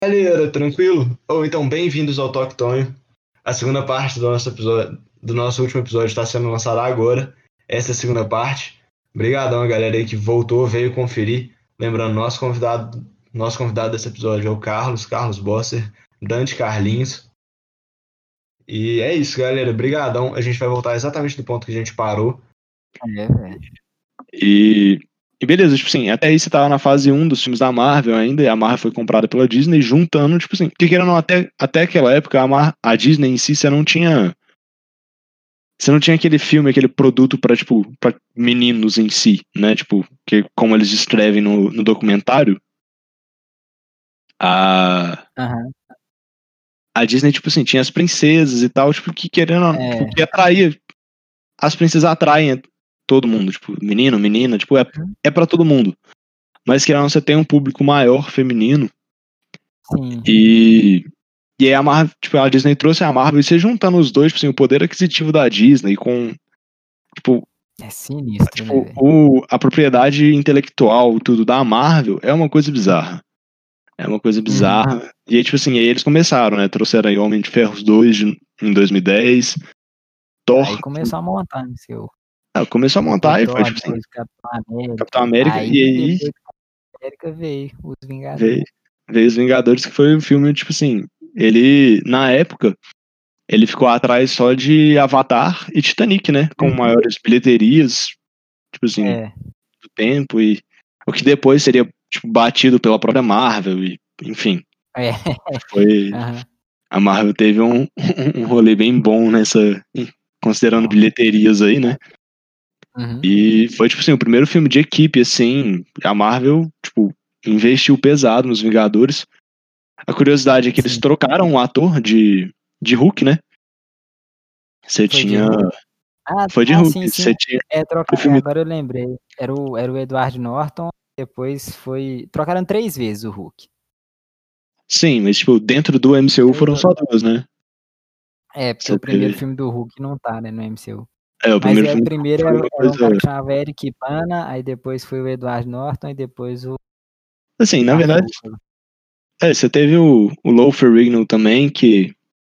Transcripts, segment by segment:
Galera, tranquilo? Ou então, bem-vindos ao Toque Tonho. A segunda parte do nosso último episódio está sendo lançada agora. Essa é a segunda parte. Obrigadão, a galera aí que voltou, veio conferir. Lembrando, nosso convidado desse episódio é o Carlos Bosser, Dante Carlinhos. E é isso, galera. Brigadão. A gente vai voltar exatamente do ponto que a gente parou. Velho. E beleza, tipo assim, até aí você tava na fase 1 dos filmes da Marvel ainda, e a Marvel foi comprada pela Disney, juntando, tipo assim, porque querendo ou não, até aquela época, a Disney em si, você não tinha aquele filme, aquele produto pra, tipo, pra meninos em si, né, tipo, que como eles descrevem no documentário, a, Aham. a Disney, tipo assim, tinha as princesas e tal, tipo, que querendo ou não, tipo, que atraía, as princesas atraem todo mundo, tipo, menino, menina, tipo, é pra todo mundo. Mas que você tem um público maior feminino. Sim. E aí a Marvel, tipo, a Disney trouxe a Marvel e você juntando os dois, tipo assim, o poder aquisitivo da Disney com, tipo, É sinistro, tipo né, velho? a propriedade intelectual, tudo da Marvel, é uma coisa bizarra. É uma coisa bizarra. E aí, tipo assim, aí eles começaram, né? Trouxeram aí Homem de Ferro 2 em 2010. Thor. Aí começou a montar no seu. Começou a montar e foi, tipo assim, Depois Capitão América. Capitão América. Aí, E aí depois do Capitão América veio os veio, Vingadores. veio os Vingadores, que foi um filme, tipo assim, ele, na época, ele ficou atrás só de Avatar e Titanic, né? Com maiores bilheterias, tipo assim, É. do tempo. E o que depois seria, tipo, batido pela própria Marvel. E, enfim, É. foi. Aham. A Marvel teve um rolê bem bom nessa. Considerando Bom. bilheterias aí, né? Uhum. E foi, tipo assim, o primeiro filme de equipe, assim. A Marvel, tipo, investiu pesado nos Vingadores. A curiosidade é que eles Sim. trocaram o ator de Hulk, né? Você Foi de tinha. Hulk? Foi de Hulk. Sim, sim. Você tinha. Trocar. O filme. Agora eu lembrei. Era o Edward Norton. Depois foi. Trocaram 3 vezes o Hulk. Sim, mas, tipo, dentro do MCU foram só duas, né? Porque Você o primeiro teve. filme do Hulk não tá, né, no MCU. O Mas primeiro o filme primeiro foi uma era um coisa. cara que chamava Eric Bana, aí depois foi o Edward Norton, e depois o Assim, na Mark verdade. Ruffalo. Você teve o Lou Ferrigno também, que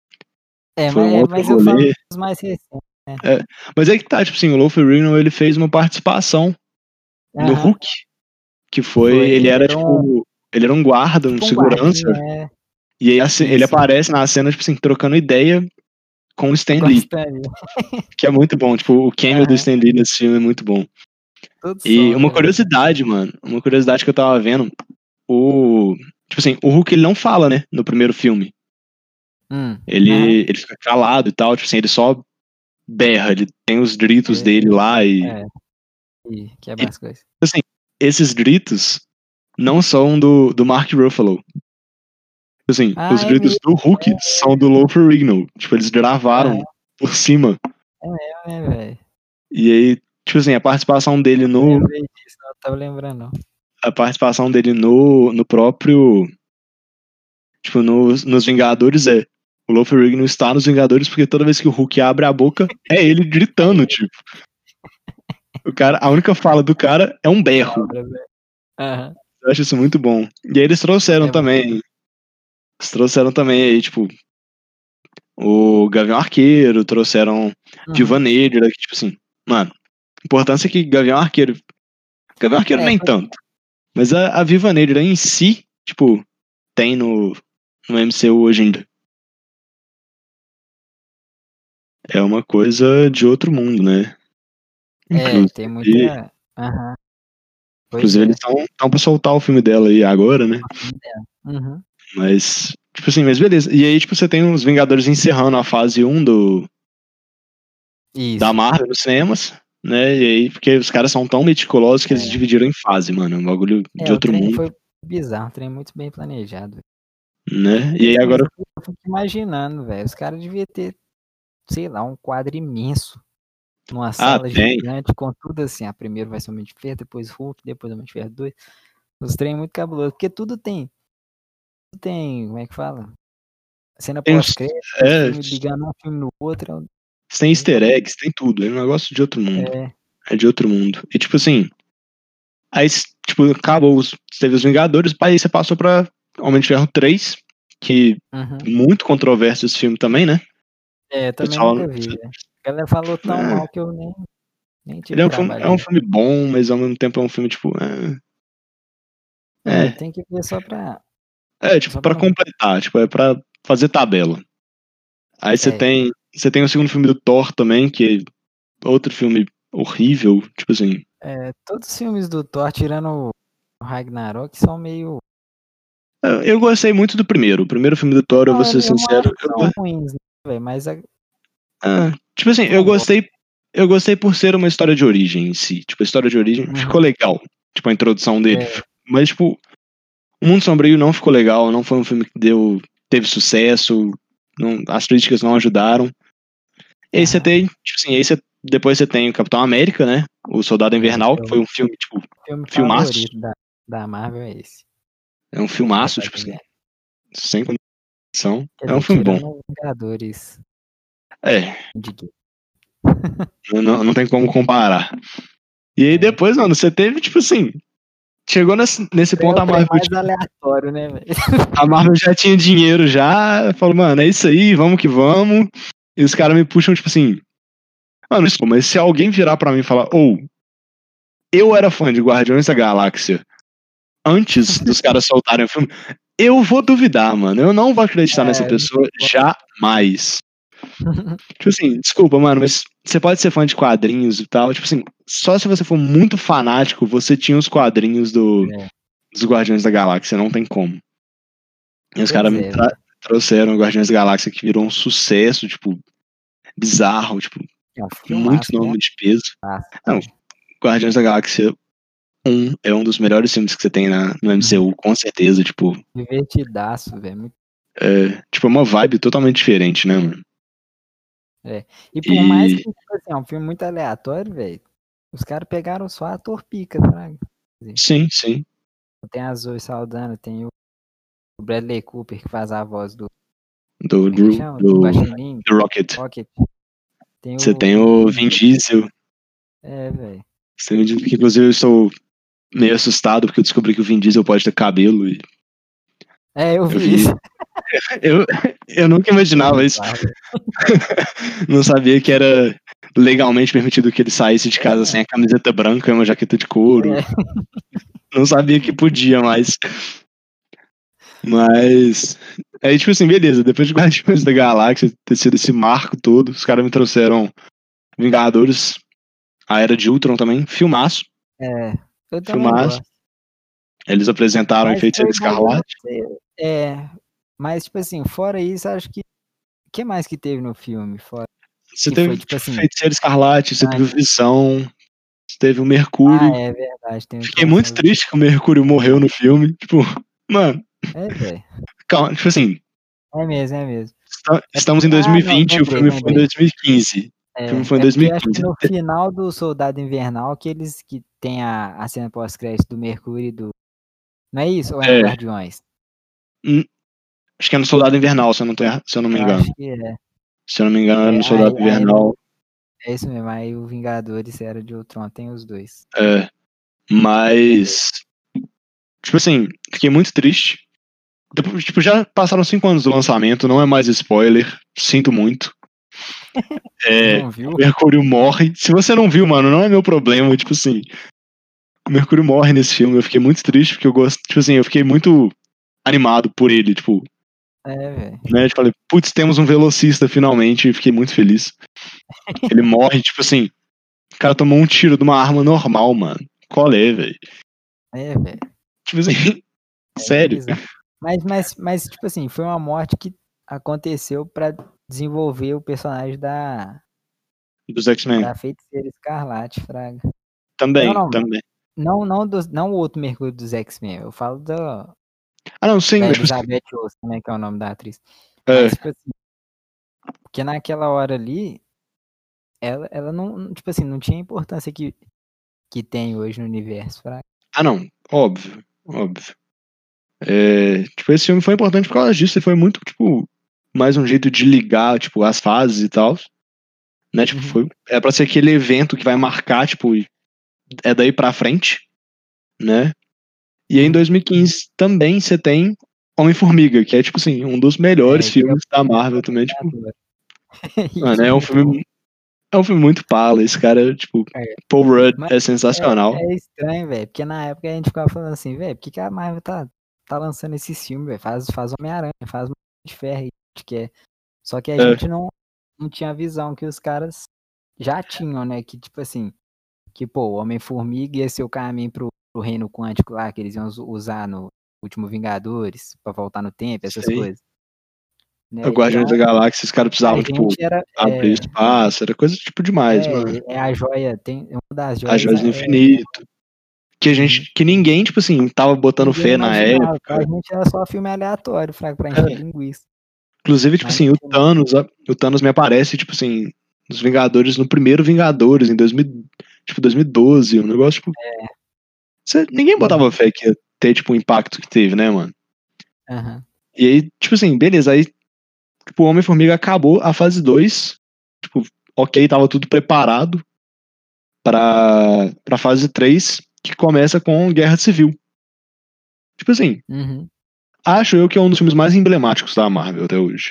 foi um outro Mas eu falo rolê. dos mais recentes, né? Mas é que tá, tipo assim, o Lou Ferrigno, ele fez uma participação no Aham. Hulk, que foi, ele era, tipo, ele era um guarda, um Tipo um segurança, guardinha, e aí ele Isso. aparece na cena, tipo assim, trocando ideia com o Stan Lee, Gostaria. que é muito bom, tipo, o cameo do Aham. Stan Lee nesse filme é muito bom. Tudo E som, uma né, velho? curiosidade, mano, uma curiosidade que eu tava vendo, tipo assim, o Hulk, ele não fala, né, no primeiro filme. Aham. Ele fica calado e tal, tipo assim, ele só berra, ele tem os gritos dele lá e, Quebra as coisas. assim, esses gritos não são do Mark Ruffalo. Assim, os É gritos mesmo, do Hulk são do Lou Ferrigno. Tipo, eles gravaram por cima. É mesmo, né, velho? E aí, tipo assim, a participação dele no. Lembrei disso, não tava lembrando, não. A participação dele no próprio. Tipo, nos Vingadores é. O Lou Ferrigno está nos Vingadores porque toda vez que o Hulk abre a boca, é ele gritando, tipo. O cara, a única fala do cara é um berro. Aham. Eu acho isso muito bom. E aí eles trouxeram É muito também. Eles trouxeram também aí, tipo, o Gavião Arqueiro, trouxeram Viúva Uhum. Negra, que, tipo assim, mano, a importância é que Gavião Arqueiro nem tanto, mas a Viúva Negra em si, tipo, tem no MCU hoje ainda. É uma coisa de outro mundo, né? Tem muita. Aham. Pois Inclusive eles é. estão pra soltar o filme dela aí agora, né? Uhum. Mas, tipo assim, mas beleza. E aí, tipo, você tem os Vingadores encerrando a fase 1 da Isso. Marvel nos cinemas, né? E aí, porque os caras são tão meticulosos que eles dividiram em fase, mano. É um bagulho de O outro trem mundo, foi bizarro, um trem muito bem planejado. né? E aí agora. Eu fico imaginando, velho. Os caras deviam ter, sei lá, um quadro imenso. Numa sala Tem. gigante, com tudo assim. A primeiro vai ser o Homem de Ferro, depois Hulk, depois Homem de Ferro 2. Os trem muito cabuloso. Porque tudo tem. Tudo tem, como é que fala? Cena Tem uns. pós-crédito, É, filme ligando um filme no outro. tem easter eggs, tem tudo. É um negócio de outro mundo. É de outro mundo. E tipo assim. Aí, tipo, acabou. Teve os Vingadores, aí você passou pra Homem de Ferro 3, que muito controverso esse filme também, né? Eu também Pessoal, nunca vi, velho. A galera falou tão mal que eu nem tive ele é um trabalho. filme bom, mas ao mesmo tempo é um filme, tipo... Tem que ver só pra... tipo, só pra não- completar, tipo, é pra fazer tabela. Aí você tem o segundo filme do Thor também, que é outro filme horrível, tipo assim... todos os filmes do Thor, tirando o Ragnarok, são meio... Eu gostei muito do primeiro. O primeiro filme do Thor, eu vou ser eu não sincero. acho que são ruins, né, velho? Mas Tipo assim, eu gostei por ser uma história de origem em si. Tipo, a história de origem ficou legal. Tipo, a introdução dele. Mas, tipo, O Mundo Sombrio não ficou legal. Não foi um filme que teve sucesso. As críticas não ajudaram. E aí você tem, tipo assim, depois você tem o Capitão América, né? O Soldado Invernal, que foi um filme, tipo, o filme filmaço. favorito da Marvel é esse. É um filmaço, tipo assim, sem condição. Quer É um dizer, filme bom. tirando Vingadores. De Não tem como comparar. E aí depois, mano, você teve, tipo assim, chegou nesse ponto, a Marvel, mais tipo, aleatório, né, velho? a Marvel já tinha dinheiro já, falou, mano, é isso aí, vamos que vamos. E os caras me puxam, tipo assim, mano, isso, mas se alguém virar pra mim e falar, eu era fã de Guardiões da Galáxia antes dos caras soltarem o filme, eu vou duvidar, mano. Eu não vou acreditar nessa pessoa jamais. Tipo assim, desculpa, mano, mas você pode ser fã de quadrinhos e tal. Tipo assim, só se você for muito fanático, você tinha os quadrinhos dos Guardiões da Galáxia, não tem como. E os caras me trouxeram o Guardiões da Galáxia que virou um sucesso, tipo, bizarro, tipo, muito nome de peso. Não, Guardiões da Galáxia 1 é um dos melhores filmes que você tem no MCU, com certeza, tipo. Divertidaço, velho. Tipo, é uma vibe totalmente diferente, né, mano? E por mais que, tipo assim, é um filme muito aleatório, velho, os caras pegaram só ator pica, fraga. Sim. Tem a Zoe Saldana, tem o Bradley Cooper, que faz a voz do Rocket. Você tem o Vin Diesel. Velho. Que inclusive eu estou meio assustado porque eu descobri que o Vin Diesel pode ter cabelo. Eu vi isso. Eu nunca imaginava isso. Não sabia que era legalmente permitido que ele saísse de casa sem a camiseta branca e uma jaqueta de couro. Não sabia que podia mais. Mas. Aí, tipo assim, beleza. Depois de Guardiões da Galáxia ter sido esse marco todo, os caras me trouxeram Vingadores, a Era de Ultron também, filmaço. Eu também gosto. Eles apresentaram o Feiticeiro Escarlate. Mas, tipo assim, fora isso, acho que. O que mais que teve no filme? Você teve foi, tipo assim, Feiticeiro Escarlate, você teve Visão, você teve o Mercúrio. É verdade. Fiquei muito triste que o Mercúrio morreu no filme. Tipo, mano. Velho. Calma, tipo assim. É mesmo. Estamos em 2020 e o filme foi em 2015. O filme foi em 2015. Acho que no final do Soldado Invernal que tem a cena pós-crédito do Mercúrio e do. Não é isso? Ou é no Guardiões? Acho que é no Soldado Invernal, se eu não me engano. Acho que é. Se eu não me engano, é no Soldado Invernal. É isso mesmo, aí o Vingadores Era de Ultron, tem os dois. Mas. Tipo assim, fiquei muito triste. Depois, tipo, já passaram 5 anos do lançamento, não é mais spoiler, sinto muito. Não viu? O Mercúrio morre. Se você não viu, mano, não é meu problema, tipo assim. O Mercúrio morre nesse filme, eu fiquei muito triste, porque eu gosto, tipo assim, eu fiquei muito animado por ele, tipo. Velho. Né, eu falei, putz, temos um velocista finalmente, e fiquei muito feliz. Ele morre, tipo assim, o cara tomou um tiro de uma arma normal, mano. Qual é, velho? Velho. Tipo assim, sério. Mas, tipo assim, foi uma morte que aconteceu pra desenvolver o personagem dos X-Men. Da Feiticeira Escarlate, fraga. Também. Não o outro Mercúrio dos X-Men, eu falo da sim, da mas Elizabeth Olsen, né, que é o nome da atriz. Mas, tipo assim, porque naquela hora ali, ela não, tipo assim, não tinha a importância que tem hoje no universo, fraga. Não, óbvio. Tipo, esse filme foi importante por causa disso, e foi muito, tipo, mais um jeito de ligar, tipo, as fases e tal. Né, tipo, é pra ser aquele evento que vai marcar, tipo, é daí pra frente, né? E aí em 2015 também você tem Homem-Formiga, que é, tipo assim, um dos melhores filmes da Marvel também, tipo... Mano, é um filme muito pala, esse cara, tipo... Paul Rudd é sensacional. É estranho, velho, porque na época a gente ficava falando assim, velho, por que a Marvel tá lançando esses filmes, velho? Faz Homem-Aranha, faz de Ferro aí, que é... Só que a gente não tinha a visão que os caras já tinham, né? Que, tipo assim, que, pô, o Homem-Formiga ia ser o caminho pro reino quântico lá, que eles iam usar no Último Vingadores, pra voltar no tempo, essas coisas. Né? O Guardiões da Galáxia, os caras precisavam, tipo, abrir espaço, era coisa, tipo, demais, mano. É a joia, tem uma das joias... A Joias do Infinito. Que ninguém, tipo assim, tava botando fé na época. Pra gente era só filme aleatório, pra encher linguiça. Inclusive, tipo assim, o Thanos me aparece, tipo assim, nos Vingadores, no primeiro Vingadores, em 2012, um negócio, tipo... Ninguém botava fé que ia ter, tipo, o impacto que teve, né, mano? E aí, tipo assim, beleza, aí tipo, o Homem-Formiga acabou a fase 2, tipo, ok, tava tudo preparado pra fase 3, que começa com Guerra Civil. Tipo assim, acho eu que é um dos filmes mais emblemáticos da Marvel até hoje.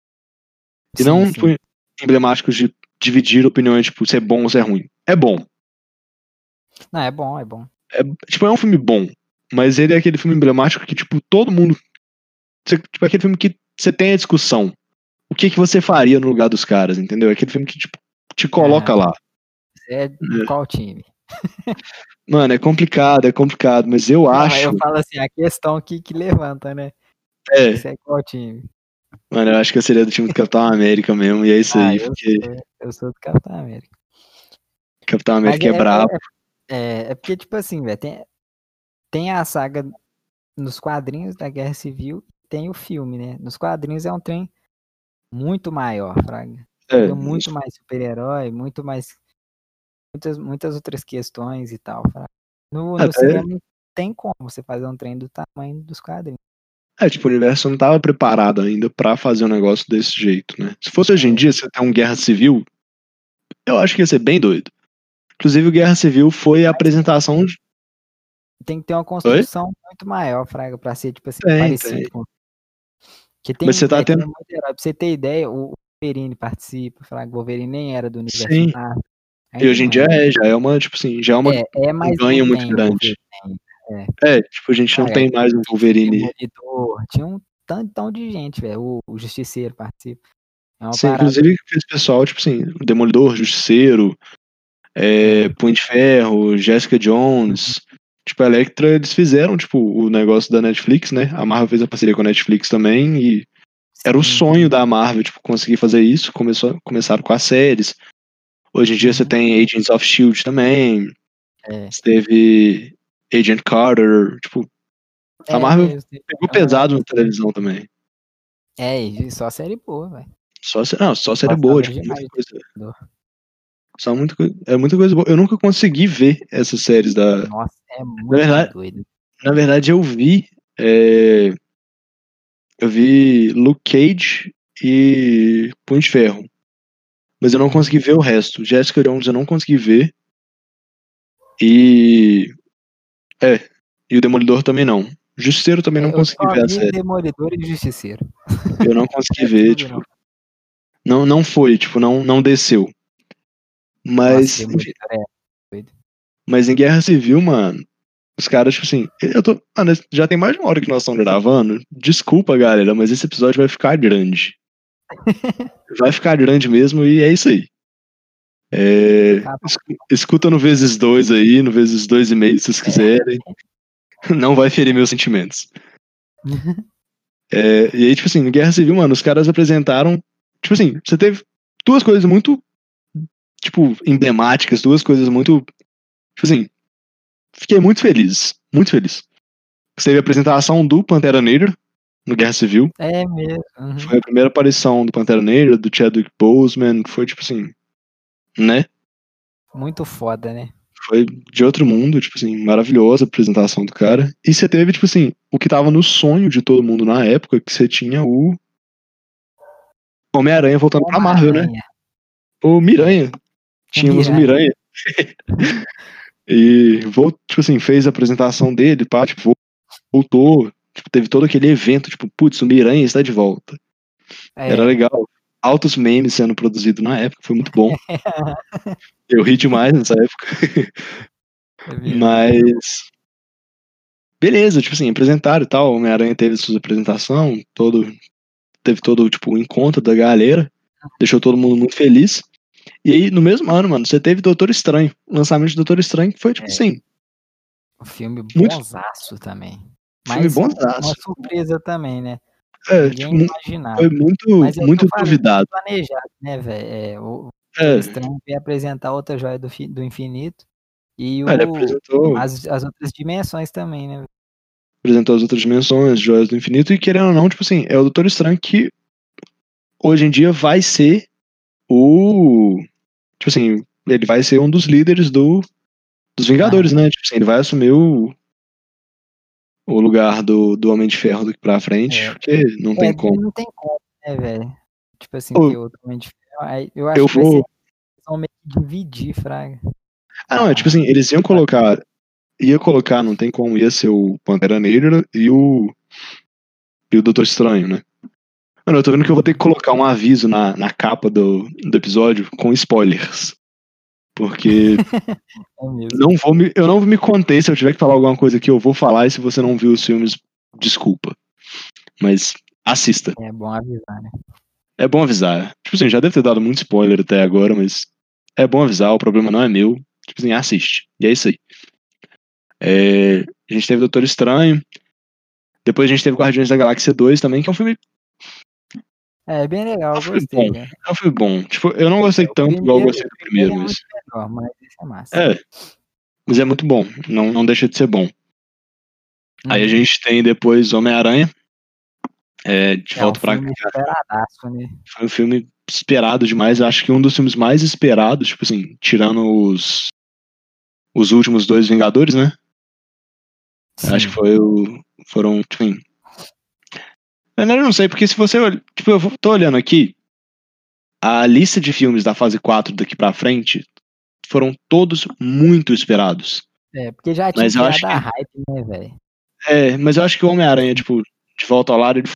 E não foi emblemáticos de dividir opiniões, tipo, se é bom ou se é ruim. É bom. Não, é bom. É um filme bom, mas ele é aquele filme emblemático que, tipo, todo mundo... Tipo, aquele filme que você tem a discussão. O que você faria no lugar dos caras, entendeu? É aquele filme que, tipo, te coloca lá. É qual time? Mano, é complicado, mas eu acho... Eu falo assim, a questão que levanta, né? Você é qual time? Mano, eu acho que eu seria do time do Capitão América mesmo, e é isso aí, porque... Eu sou do Capitão América. Capitão América é brabo. É porque, tipo assim, velho, tem a saga nos quadrinhos da Guerra Civil, tem o filme, né? Nos quadrinhos é um trem muito maior, fraga. Muito mais super-herói, muito mais... Muitas outras questões e tal, fraga. No cinema não tem como você fazer um trem do tamanho dos quadrinhos. Tipo, o universo não tava preparado ainda pra fazer um negócio desse jeito, né? Se fosse hoje em dia, você tem um Guerra Civil, eu acho que ia ser bem doido. Inclusive, o Guerra Civil foi a apresentação... Tem que ter uma construção muito maior, fraga, pra ser, tipo assim, parecido com... Que tem, mas você tá tendo... muito herói. Pra você ter ideia, o Wolverine participa, fraga, o Wolverine nem era do universo. Sim. E hoje em dia já é uma, tipo assim, já é uma um ganho muito grande. Tipo, a gente não tem mais um Wolverine. Tinha um tantão de gente, velho. O Justiceiro participa. Sim, inclusive esse pessoal, tipo assim, o Demolidor, Justiceiro, Punho de Ferro, Jessica Jones, tipo, a Elektra, eles fizeram, tipo, o negócio da Netflix, né? A Marvel fez a parceria com a Netflix também e era o sonho da Marvel, tipo, conseguir fazer isso. Começaram com as séries. Hoje em dia você tem Agents of S.H.I.E.L.D. também. Você teve Agent Carter, tipo, a Marvel pegou pesado na televisão também. E só série boa, velho. Só série boa, tipo, muita coisa. É muita coisa boa. Eu nunca consegui ver essas séries da... Nossa, é muito doido. Na verdade, eu vi Luke Cage e Punho de Ferro. Mas eu não consegui ver o resto. Jessica Jones eu não consegui ver. E o Demolidor também não. Justiceiro também não consegui ver a série. Demolidor e Justiceiro. Eu não consegui ver, tipo... Não foi, tipo, não desceu. Mas... Mas em Guerra Civil, mano, os caras, tipo assim... Mano, já tem mais de uma hora que nós estamos gravando. Desculpa, galera, mas esse episódio vai ficar grande. Vai ficar grande mesmo e é isso aí. Escuta no vezes 2 aí, no vezes 2,5 se vocês quiserem. Não vai ferir meus sentimentos. E aí, tipo assim, no Guerra Civil, mano, os caras apresentaram... Tipo assim, você teve duas coisas muito, tipo, emblemáticas, duas coisas muito... Tipo assim, fiquei muito feliz. Muito feliz. Você teve a apresentação do Pantera Negra no Guerra Civil. É mesmo. Foi a primeira aparição do Pantera Negra, do Chadwick Boseman. Foi, tipo assim, né? Muito foda, né? Foi de outro mundo, tipo assim, maravilhosa a apresentação do cara. E você teve, tipo assim, o que tava no sonho de todo mundo na época, que você tinha o Homem-Aranha voltando pra Marvel, né? O Miranha. Tínhamos o Miranha. E tipo assim, fez a apresentação dele, pá, tipo, voltou, Tipo, teve todo aquele evento, tipo, putz, o Miranha está de volta. Era legal. Altos memes sendo produzidos na época, foi muito bom. Eu ri demais nessa época. Mas beleza, tipo assim, apresentaram e tal, o Homem-Aranha teve sua apresentação, teve todo, tipo, o encontro da galera, deixou todo mundo muito feliz. E aí, no mesmo ano, mano, você teve Doutor Estranho, o lançamento de Doutor Estranho, que foi, tipo assim... Um filme muito... bonzaço também. Filme Mas bonzaço. uma surpresa também, né? Ninguém tipo, imaginava. Foi muito duvidado. Muito planejado, né, velho? O Doutor Estranho veio apresentar outra joia do infinito e ele apresentou as outras dimensões também, né? Apresentou as outras dimensões, joias do infinito, e querendo ou não, tipo assim, é o Doutor Estranho que hoje em dia vai ser tipo assim, ele vai ser um dos líderes dos Vingadores, né? Tipo assim, ele vai assumir o lugar do Homem de Ferro daqui pra frente, porque não tem como. Não tem como, né, velho? Tipo assim, ter outro Homem de Ferro. Aí, eu acho que vou... vai ser meio que dividir, fraga. não, é tipo assim, eles iam colocar, não tem como, ia ser o Pantera Negra e o Doutor Estranho, né? Mano, eu tô vendo que eu vou ter que colocar um aviso na capa do episódio com spoilers. Porque eu não vou me conter. Se eu tiver que falar alguma coisa aqui, eu vou falar. E se você não viu os filmes, desculpa. Mas assista. É bom avisar, né? É bom avisar. Tipo assim, já deve ter dado muito spoiler até agora, mas é bom avisar. O problema não é meu. Tipo assim, assiste. E é isso aí. A gente teve Doutor Estranho. Depois a gente teve Guardiões da Galáxia 2 também, que é um filme... É bem legal, eu gostei. É um filme bom. Tipo, eu não gostei tanto igual eu gostei do primeiro, mas... Melhor, mas esse é massa. Mas é muito bom. Não deixa de ser bom. Aí a gente tem depois Homem-Aranha. De volta pra cá. Né? Foi um filme esperado demais. Acho que um dos filmes mais esperados, tipo assim, tirando os últimos dois Vingadores, né? Sim. Acho que foram, tipo assim... Eu não sei, porque se você... Tipo, eu tô olhando aqui, a lista de filmes da fase 4 daqui pra frente foram todos muito esperados. Porque já tinha criado a hype, né, velho? Mas eu acho que o Homem-Aranha, tipo, de volta ao lar, ele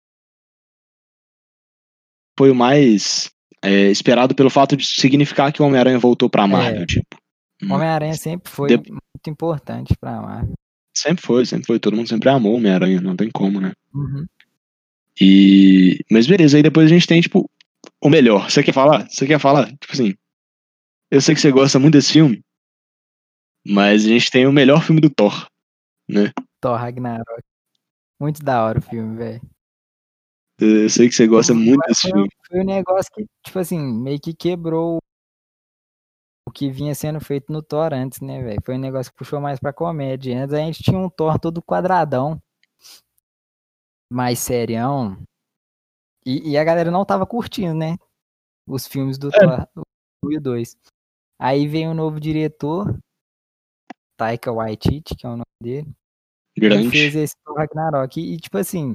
foi o mais esperado pelo fato de significar que o Homem-Aranha voltou pra Marvel, tipo. O Homem-Aranha sempre foi muito importante pra Marvel. Sempre foi. Todo mundo sempre amou o Homem-Aranha, não tem como, né? Uhum. Mas beleza, aí depois a gente tem, tipo, o melhor. Você quer falar? Tipo assim, eu sei que você gosta muito desse filme, mas a gente tem o melhor filme do Thor, né? Thor Ragnarok. Muito da hora o filme, velho. Eu sei que você gosta muito desse filme. Foi um negócio que, tipo assim, meio que quebrou o que vinha sendo feito no Thor antes, né, velho? Foi um negócio que puxou mais pra comédia. Antes a gente tinha um Thor todo quadradão, mais serião. E a galera não tava curtindo, né? Os filmes do Thor 1 e 2. Aí veio um novo diretor, Taika Waititi, que é o nome dele. Grande. E fez esse Thor Ragnarok. E tipo assim,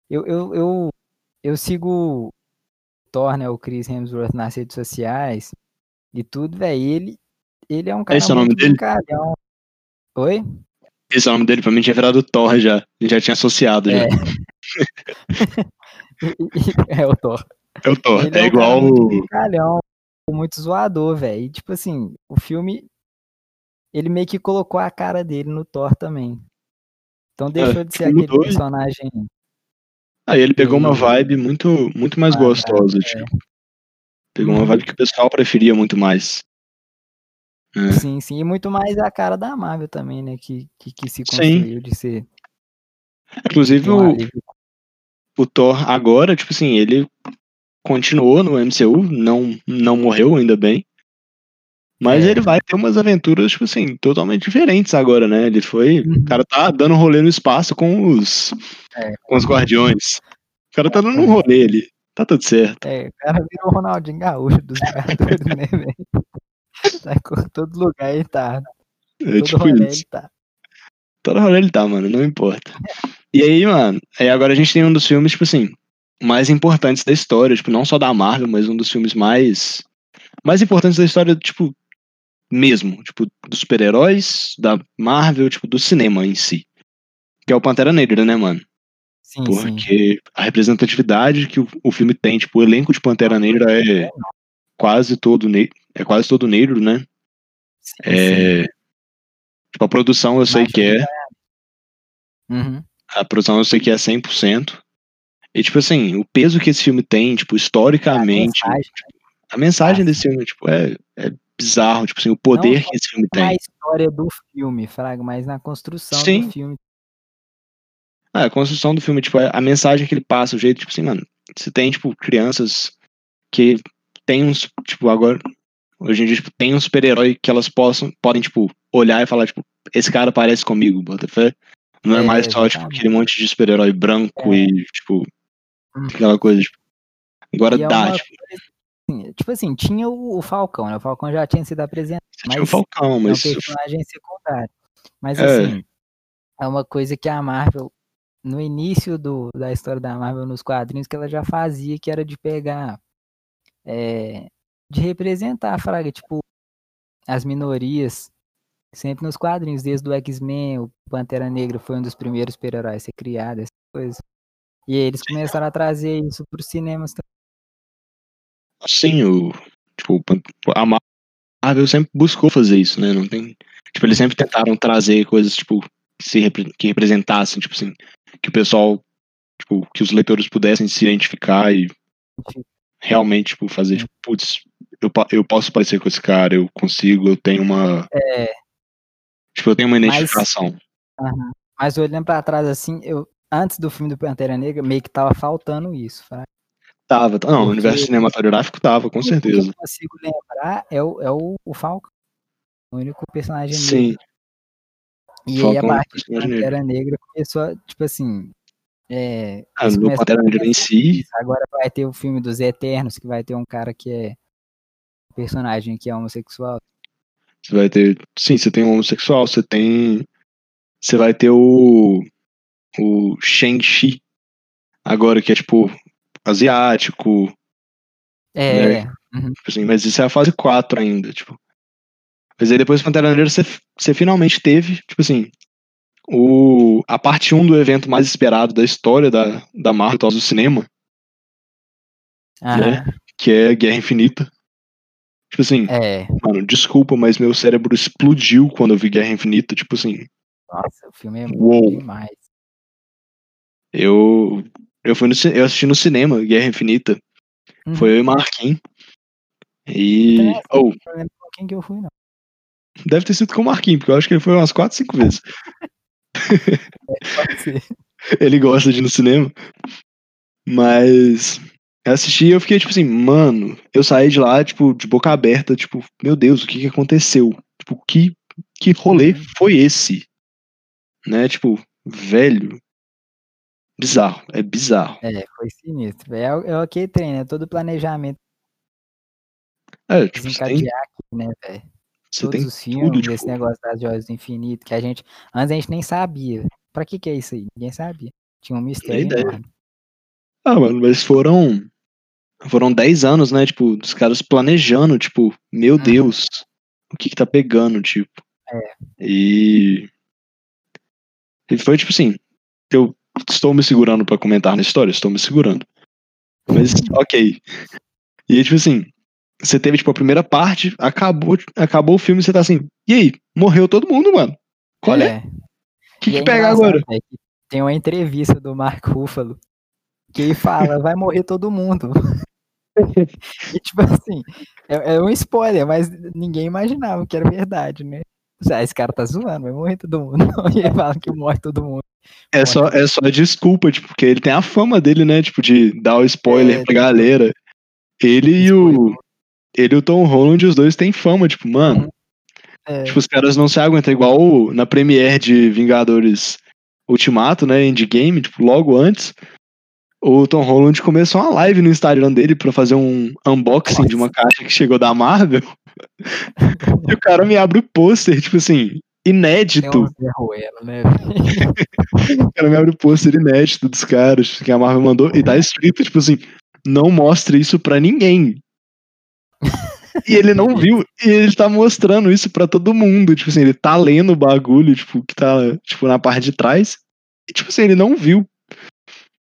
eu sigo o Thor, né, o Chris Hemsworth nas redes sociais e tudo, velho. Ele é um cara muito brincalhão. Oi? Esse é o nome dele, pra mim tinha virado Thor já. A gente já tinha associado já. É o Thor. É o Thor, ele é igual muito brincalhão, muito zoador, velho. E tipo assim, o filme, ele meio que colocou a cara dele no Thor também. Então deixou de ser aquele personagem. Aí ele pegou uma vibe muito mais gostosa, tipo. Pegou uma vibe que o pessoal preferia muito mais. Sim, e muito mais a cara da Marvel também, né? Que se construiu de ser. Inclusive o Thor agora, tipo assim, ele continuou no MCU, não morreu, ainda bem. Mas ele vai ter umas aventuras, tipo assim, totalmente diferentes agora, né? Ele foi. O cara tá dando rolê no espaço com os Guardiões. O cara tá dando um rolê ali. Tá tudo certo. O cara virou o Ronaldinho Gaúcho dos Vingadores, né, velho? Tá em todo lugar ele tá. Todo tipo rolê isso. ele tá. Todo rolê ele tá, mano, não importa. E aí, mano, agora a gente tem um dos filmes, tipo assim, mais importantes da história, tipo, não só da Marvel, mas um dos filmes mais importantes da história, tipo, mesmo, tipo, dos super-heróis, da Marvel, tipo, do cinema em si. Que é o Pantera Negra, né, mano? Sim, porque a representatividade que o filme tem, tipo, o elenco de Pantera Negra é quase todo negro, né? Sim. Tipo, a produção eu sei que é. Uhum. A produção eu sei que é 100%. E, tipo assim, o peso que esse filme tem, tipo, historicamente. A mensagem desse filme, tipo, é bizarro. Tipo assim, o poder que esse filme tem. Não na história do filme, Fraga, mas na construção Sim. do filme. A construção do filme, tipo, a mensagem que ele passa, o jeito, tipo assim, mano, você tem, tipo, crianças que tem uns, tipo, agora, hoje em dia, tipo, tem um super-herói que elas podem, tipo, olhar e falar, tipo, esse cara parece comigo, bota fé. Não é mais só, tipo, aquele monte de super-herói branco e, tipo, aquela coisa, tipo, agora dá, tipo assim, tinha o Falcão, né? O Falcão já tinha sido apresentado. Tinha o Falcão, mas... É um personagem secundário. Mas, assim, é uma coisa que a Marvel, no início da história da Marvel nos quadrinhos, que ela já fazia, que era de pegar, de representar, Fraga, tipo, as minorias, sempre nos quadrinhos, desde o X-Men, o Pantera Negra foi um dos primeiros super-heróis a ser criado, essas coisas. E eles começaram a trazer isso para os cinemas também. Sim, a Marvel sempre buscou fazer isso, né? Não tem, tipo, eles sempre tentaram trazer coisas, tipo, que representassem, tipo assim, que o pessoal, tipo, que os leitores pudessem se identificar e realmente, tipo, fazer, tipo, putz, eu posso parecer com esse cara, eu consigo, eu tenho uma... Tipo, eu tenho uma identificação. Mas olhando pra trás, assim, antes do filme do Pantera Negra, meio que tava faltando isso, Fraga. Não, no universo cinematográfico tava, com certeza. O que eu consigo lembrar é o Falcon. O único personagem Sim. negro. E aí, a partir do Pantera Negra, começou, tipo assim... no Pantera Negra em si... Agora vai ter o filme dos Eternos, que vai ter um cara que é... um personagem que é homossexual. Você vai ter... Sim, você tem um homossexual, você vai ter o Shang-Chi, agora, que é, tipo, asiático. Né? Tipo assim, mas isso é a fase 4 ainda, tipo. Mas aí depois do Pantera Negra você finalmente teve, tipo assim, a parte 1 do evento mais esperado da história da Marvel do cinema, né? Que é Guerra Infinita. Tipo assim, mano, desculpa, mas meu cérebro explodiu quando eu vi Guerra Infinita, tipo assim. Nossa, o filme é bom demais. Eu assisti no cinema Guerra Infinita. Foi eu e Marquinhos. E. Não lembro com quem que eu fui, não. Deve ter sido com o Marquinhos, porque eu acho que ele foi umas 4, 5 vezes. Pode ser. Ele gosta de ir no cinema. Mas eu assisti e eu fiquei tipo assim, mano, eu saí de lá, tipo, de boca aberta, tipo, meu Deus, o que aconteceu? Tipo, que rolê foi esse? Né, tipo, velho. Bizarro, é bizarro. Foi sinistro. É o que tem, né? Todo planejamento. Tipo, desencadear aqui, né, velho? Todos os filmes, tudo, esse negócio das Joias do Infinito, que antes a gente nem sabia. Pra que é isso aí? Ninguém sabia. Tinha um mistério enorme. Mano, mas foram 10 anos, né, tipo, dos caras planejando, tipo, meu Deus, o que tá pegando, tipo. E foi tipo assim, eu estou me segurando pra comentar na história, estou me segurando. Mas, ok. E aí, tipo assim, você teve, tipo, a primeira parte, acabou o filme e você tá assim, e aí? Morreu todo mundo, mano. Qual é? O que pega agora? Tem uma entrevista do Mark Ruffalo que ele fala, vai morrer todo mundo. E, tipo assim, é um spoiler, mas ninguém imaginava que era verdade, né? Esse cara tá zoando, vai morrer todo mundo. E ele fala que morre todo mundo. É só desculpa, tipo, porque ele tem a fama dele, né? Tipo, de dar o spoiler pra galera. Ele e o Tom Holland, os dois têm fama, tipo, mano. Tipo, os caras não se aguentam, igual na premiere de Vingadores Ultimato, né? Endgame, tipo, logo antes. O Tom Holland começou uma live no Instagram dele pra fazer um unboxing de uma caixa que chegou da Marvel. E o cara me abre o pôster, tipo assim, inédito. Né? O cara me abre o pôster inédito dos caras que a Marvel mandou e tá escrito, tipo assim, não mostre isso pra ninguém. E ele não viu, e ele tá mostrando isso pra todo mundo, tipo assim, ele tá lendo o bagulho, tipo, que tá, tipo, na parte de trás, e tipo assim, ele não viu.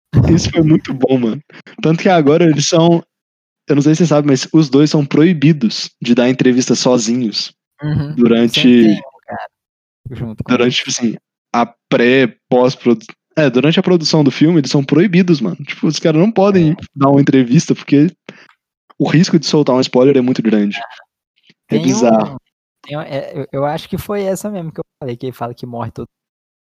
Isso foi muito bom, mano. Tanto que agora eles são. Eu não sei se você sabe, mas os dois são proibidos de dar entrevista sozinhos Uhum. Sempre durante. tem um cara junto com Durante, eles. tipo assim, a pós-produção. Durante a produção do filme, eles são proibidos, mano. Tipo, os caras não podem dar uma entrevista porque o risco de soltar um spoiler é muito grande. É Tem bizarro. eu acho que foi essa mesmo que eu falei, que ele fala que morre todo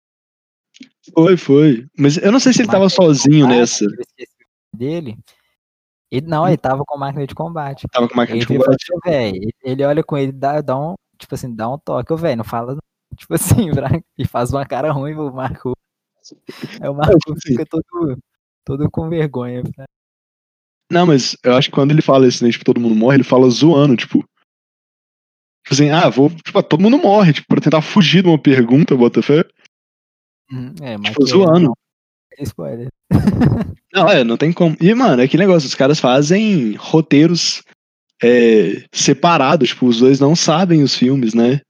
Foi. Mas eu não sei se ele tava máquina de sozinho combate, nessa. eu esqueci o nome dele. Ele tava com máquina de combate. Tava com máquina Ele de vira e fala combate. assim, velho, ele olha com ele, dá um, tipo assim, dá um toque, velho, não fala, tipo assim, e faz uma cara ruim pro Marco. Aí o Marco Tipo assim, fica todo com vergonha. não, mas eu acho que quando ele fala isso, né, tipo, todo mundo morre, ele fala zoando, tipo assim, tipo, todo mundo morre, tipo, pra tentar fugir de uma pergunta, Botafé. Mas Tipo, querendo ou zoando. não, é spoiler. Não, não tem como. E, mano, é que negócio, os caras fazem roteiros separados, tipo, os dois não sabem os filmes, né?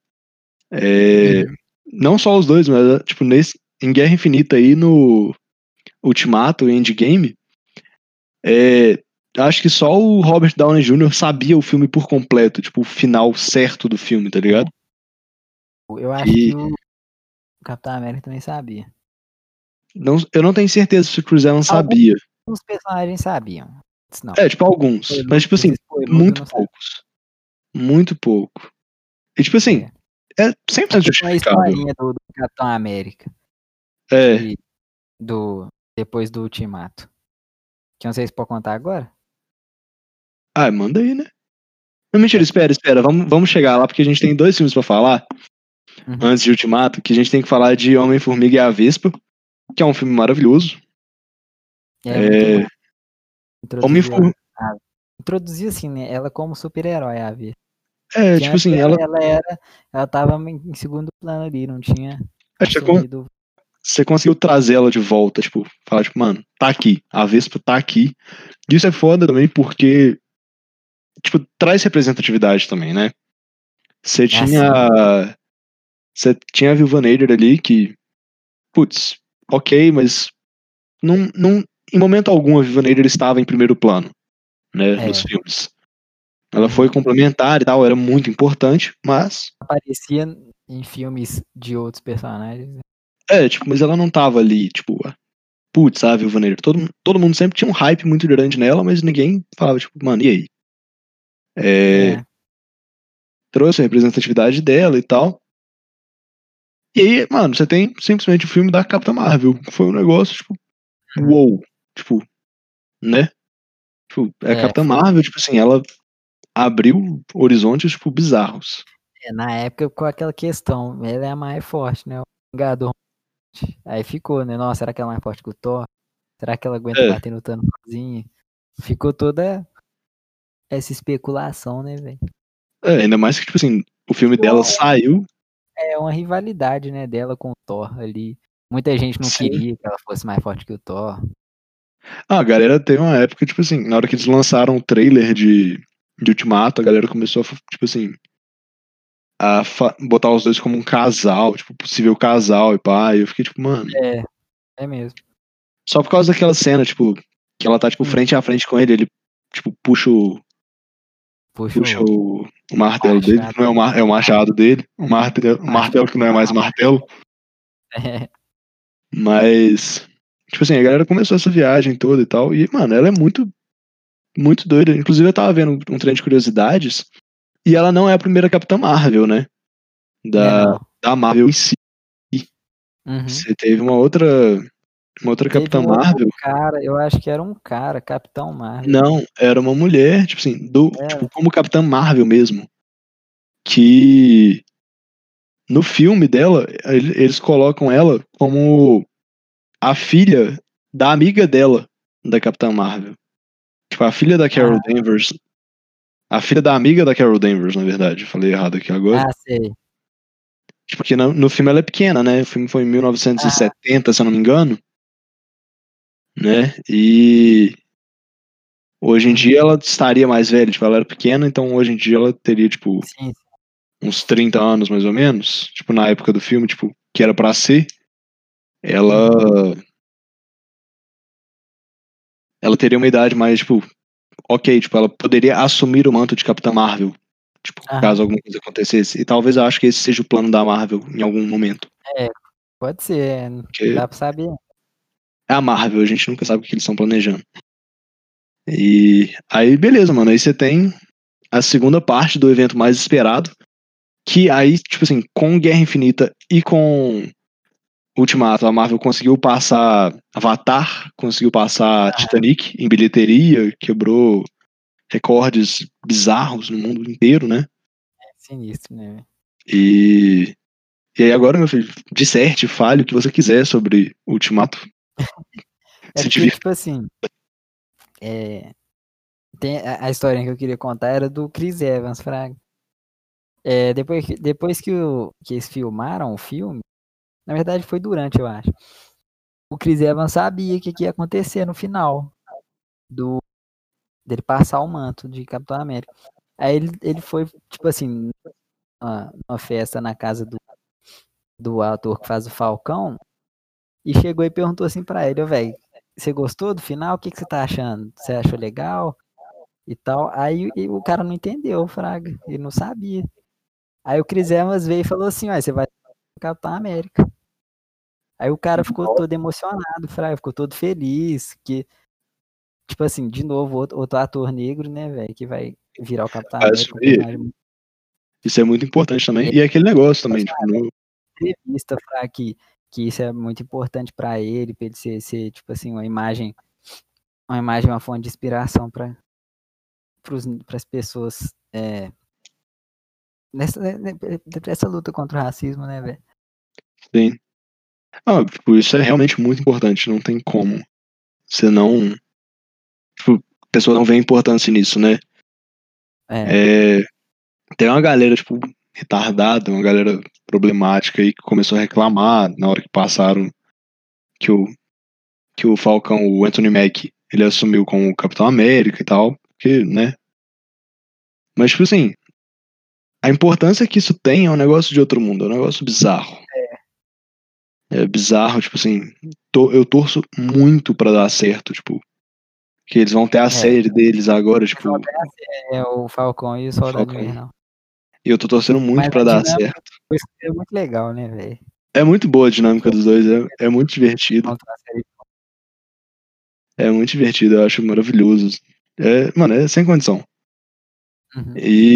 Não só os dois, mas, tipo, em Guerra Infinita aí, no Ultimato e Endgame, acho que só o Robert Downey Jr. sabia o filme por completo, tipo, o final certo do filme, tá ligado? Eu acho que o Capitão América também sabia. Não, eu não tenho certeza se o Chris Evans sabia. Alguns personagens sabiam. Não. Tipo, alguns. Mas, tipo Os assim, spoiludos muito não sabiam. poucos. Muito pouco. E, tipo assim, é 100% Tem uma justificável. historinha do Capitão América. É. Depois do Ultimato. Que eu não sei se pode contar agora. Manda aí, né? Não, mentira, espera. Vamos chegar lá, porque a gente tem 2 filmes pra falar, antes de Ultimato, que a gente tem que falar de Homem-Formiga e a Vespa, que é um filme maravilhoso. Muito bom. Homem-Formiga. Introduzir assim, né? Ela como super-herói, a ver. Que Tipo antes assim, ela tava em segundo plano ali, não tinha acho que assumido. você conseguiu trazer ela de volta, tipo, falar, tipo, mano, tá aqui, a Vespa tá aqui. Isso é foda também porque, tipo, traz representatividade também, né? Você tinha a Viúva Negra ali que, putz, ok, mas não, em momento algum a Viúva Negra estava em primeiro plano, né, nos filmes. Ela foi complementar e tal, era muito importante, mas Aparecia em filmes de outros personagens. tipo, mas ela não tava ali, tipo, putz, a Viúva Negra. Todo mundo sempre tinha um hype muito grande nela, mas ninguém falava, tipo, mano, e aí? Trouxe a representatividade dela e tal. E aí, mano, você tem simplesmente o filme da Capitã Marvel. Foi um negócio, tipo, uou. Tipo, né? Tipo, a Capitã Marvel, tipo assim, ela abriu horizontes, tipo, bizarros. Na época, com aquela questão, ela é a mais forte, né? O Vingador. Aí ficou, né? Nossa, será que ela é mais forte que o Thor? Será que ela aguenta bater no Thanos sozinha? Ficou toda essa especulação, né, velho? Ainda mais que, tipo assim, o filme dela saiu. É uma rivalidade, né, dela com o Thor ali. Muita gente não queria que ela fosse mais forte que o Thor. A galera teve uma época, tipo assim, na hora que eles lançaram o trailer de Ultimato, a galera começou a, tipo assim, botar os dois como um casal, tipo, possível casal e pá. E eu fiquei tipo, mano. É mesmo. Só por causa daquela cena, tipo, que ela tá, tipo, frente a frente com ele, tipo, puxa o martelo dele, que não é o machado dele, o martelo que não é mais martelo. Mas, tipo assim, a galera começou essa viagem toda e tal, e, mano, ela é muito, muito doida. Inclusive, eu tava vendo um trem de curiosidades, e ela não é a primeira Capitã Marvel, né? Da Marvel em si. Você teve uma outra Capitã Marvel. Cara, eu acho que era um cara, Capitão Marvel. Não, era uma mulher, tipo assim, tipo, como Capitã Marvel mesmo. Que no filme dela, eles colocam ela como a filha da amiga dela, da Capitã Marvel. Tipo, a filha da Carol Danvers. A filha da amiga da Carol Danvers, na verdade. Falei errado aqui agora. Sei. Tipo, porque no filme ela é pequena, né? O filme foi em 1970, se eu não me engano. Né? E hoje em dia ela estaria mais velha. Tipo, ela era pequena, então hoje em dia ela teria, tipo, uns 30 anos, mais ou menos. Tipo, na época do filme, tipo, que era pra ser. Ela ela teria uma idade mais, tipo, ok, tipo, ela poderia assumir o manto de Capitã Marvel, tipo, caso alguma coisa acontecesse. E talvez eu acho que esse seja o plano da Marvel em algum momento. Pode ser, não Porque dá pra saber. é a Marvel, a gente nunca sabe o que eles estão planejando. E aí, beleza, mano. Aí você tem a segunda parte do evento mais esperado, que aí, tipo assim, com Guerra Infinita e com Ultimato, a Marvel conseguiu passar Avatar, conseguiu passar Titanic em bilheteria, quebrou recordes bizarros no mundo inteiro, né? É sinistro, né? E aí agora, meu filho, disserte, fale o que você quiser sobre Ultimato. É Se porque, divirta. tipo assim, tem a historinha que eu queria contar era do Chris Evans, fraga. Depois que eles filmaram o filme, na verdade foi durante, eu acho. O Chris Evans sabia o que ia acontecer no final dele passar o manto de Capitão América. Aí ele foi, tipo assim, numa festa na casa do ator que faz o Falcão e chegou e perguntou assim pra ele, velho, você gostou do final? O que você tá achando? Você achou legal? E tal. Aí o cara não entendeu, fraga. Ele não sabia. Aí o Chris Evans veio e falou assim, ó, você vai Capitão América. Aí o cara ficou todo emocionado, fraga, ficou todo feliz, que, tipo assim, de novo, outro ator negro, né, velho, que vai virar o Capitão América, um personagem. Isso é muito importante também. E é aquele negócio também, tipo, entrevista, fraga, que isso é muito importante pra ele ser, tipo assim, uma imagem, uma fonte de inspiração para as pessoas nessa luta contra o racismo, né, velho? Sim. Tipo, isso é realmente muito importante, não tem como. Você não. Tipo, a pessoa não vê importância nisso, né? Tem uma galera, tipo, retardada, uma galera problemática aí que começou a reclamar na hora que passaram que o Falcão, o Anthony Mackie, ele assumiu como Capitão América e tal, porque, né? Mas, tipo assim, a importância que isso tem é um negócio de outro mundo, é um negócio bizarro. É bizarro, tipo assim, eu torço muito pra dar certo, tipo, que eles vão ter a série deles agora, tipo, o Falcão e o Soldado Invernal. E eu tô torcendo muito Mas pra a dar dinâmica certo. é muito legal, né, velho? É muito boa a dinâmica dos dois, é muito divertido. É muito divertido, eu acho maravilhoso. Mano, é sem condição. Uhum.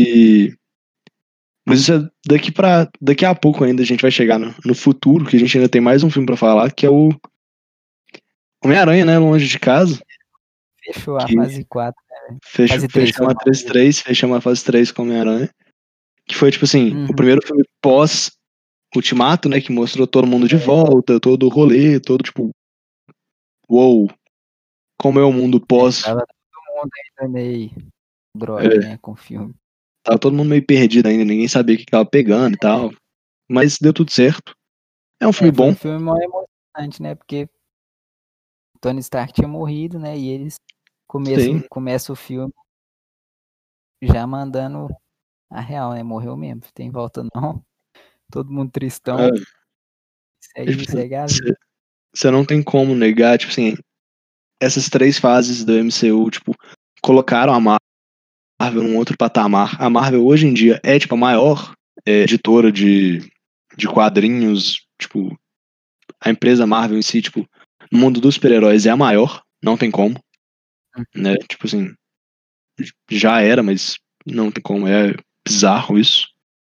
Mas isso é daqui a pouco ainda a gente vai chegar no futuro, que a gente ainda tem mais um filme pra falar, que é o Homem-Aranha, né? Longe de Casa. Fechou a fase 4, né? Fase 3. Fechamos a fase 3 com Homem-Aranha. Que foi, tipo assim, o primeiro filme pós Ultimato, né? Que mostrou todo mundo de volta, todo o rolê, todo, tipo, uou, como é o mundo pós. Tava todo mundo ainda meio grog, né, com o filme. Tava todo mundo meio perdido ainda, ninguém sabia o que tava pegando e tal. Mas deu tudo certo. É um filme bom. Foi um filme mais emocionante, né? Porque Tony Stark tinha morrido, né? E eles começam o filme já mandando a real, né? Morreu mesmo, tem volta não. Todo mundo tristão. Segue a vida. Você não tem como negar, tipo assim, essas 3 fases do MCU, tipo, colocaram a Marvel num outro patamar. A Marvel hoje em dia é, tipo, a maior editora de quadrinhos, tipo, a empresa Marvel em si, tipo, no mundo dos super-heróis é a maior, não tem como, né? Tipo assim, já era, mas não tem como, é bizarro isso,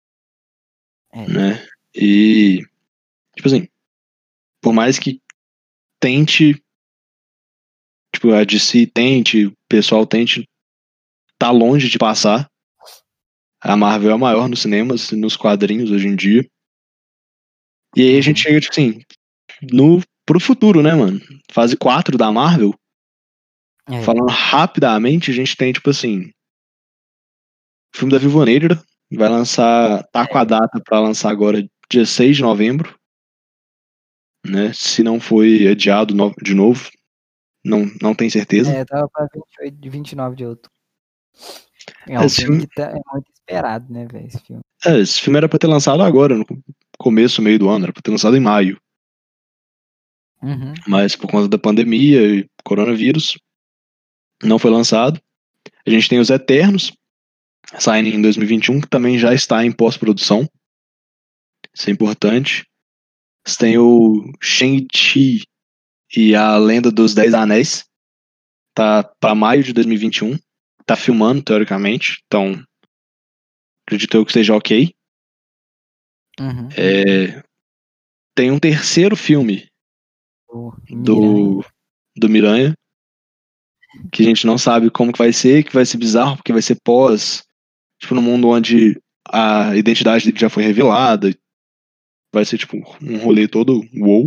né? E, tipo assim, por mais que tente, tipo, a DC tente, o pessoal tente, tá longe de passar. A Marvel é a maior nos cinemas e nos quadrinhos hoje em dia. E aí a gente chega, tipo assim, pro futuro, né, mano? Fase 4 da Marvel. Falando rapidamente, a gente tem, tipo assim, o filme da Viúva Negra. Vai lançar, tá com a data pra lançar agora, dia 6 de novembro. Né? Se não foi adiado de novo. Não tenho certeza. Tava pra 29 de outubro. É um filme que é muito esperado, né, velho, esse filme. Esse filme era pra ter lançado agora, no começo, meio do ano. Era pra ter lançado em maio. Mas por conta da pandemia e coronavírus, não foi lançado. A gente tem os Eternos, saindo em 2021, que também já está em pós-produção. Isso é importante. Você tem o Shang-Chi e a Lenda dos Dez Anéis. Tá para maio de 2021. Tá filmando, teoricamente. Então, acredito eu que seja ok. Uhum. Tem um terceiro filme do Miranha, que a gente não sabe como que vai ser bizarro, porque vai ser pós, tipo, no mundo onde a identidade dele já foi revelada. Vai ser, tipo, um rolê todo wow.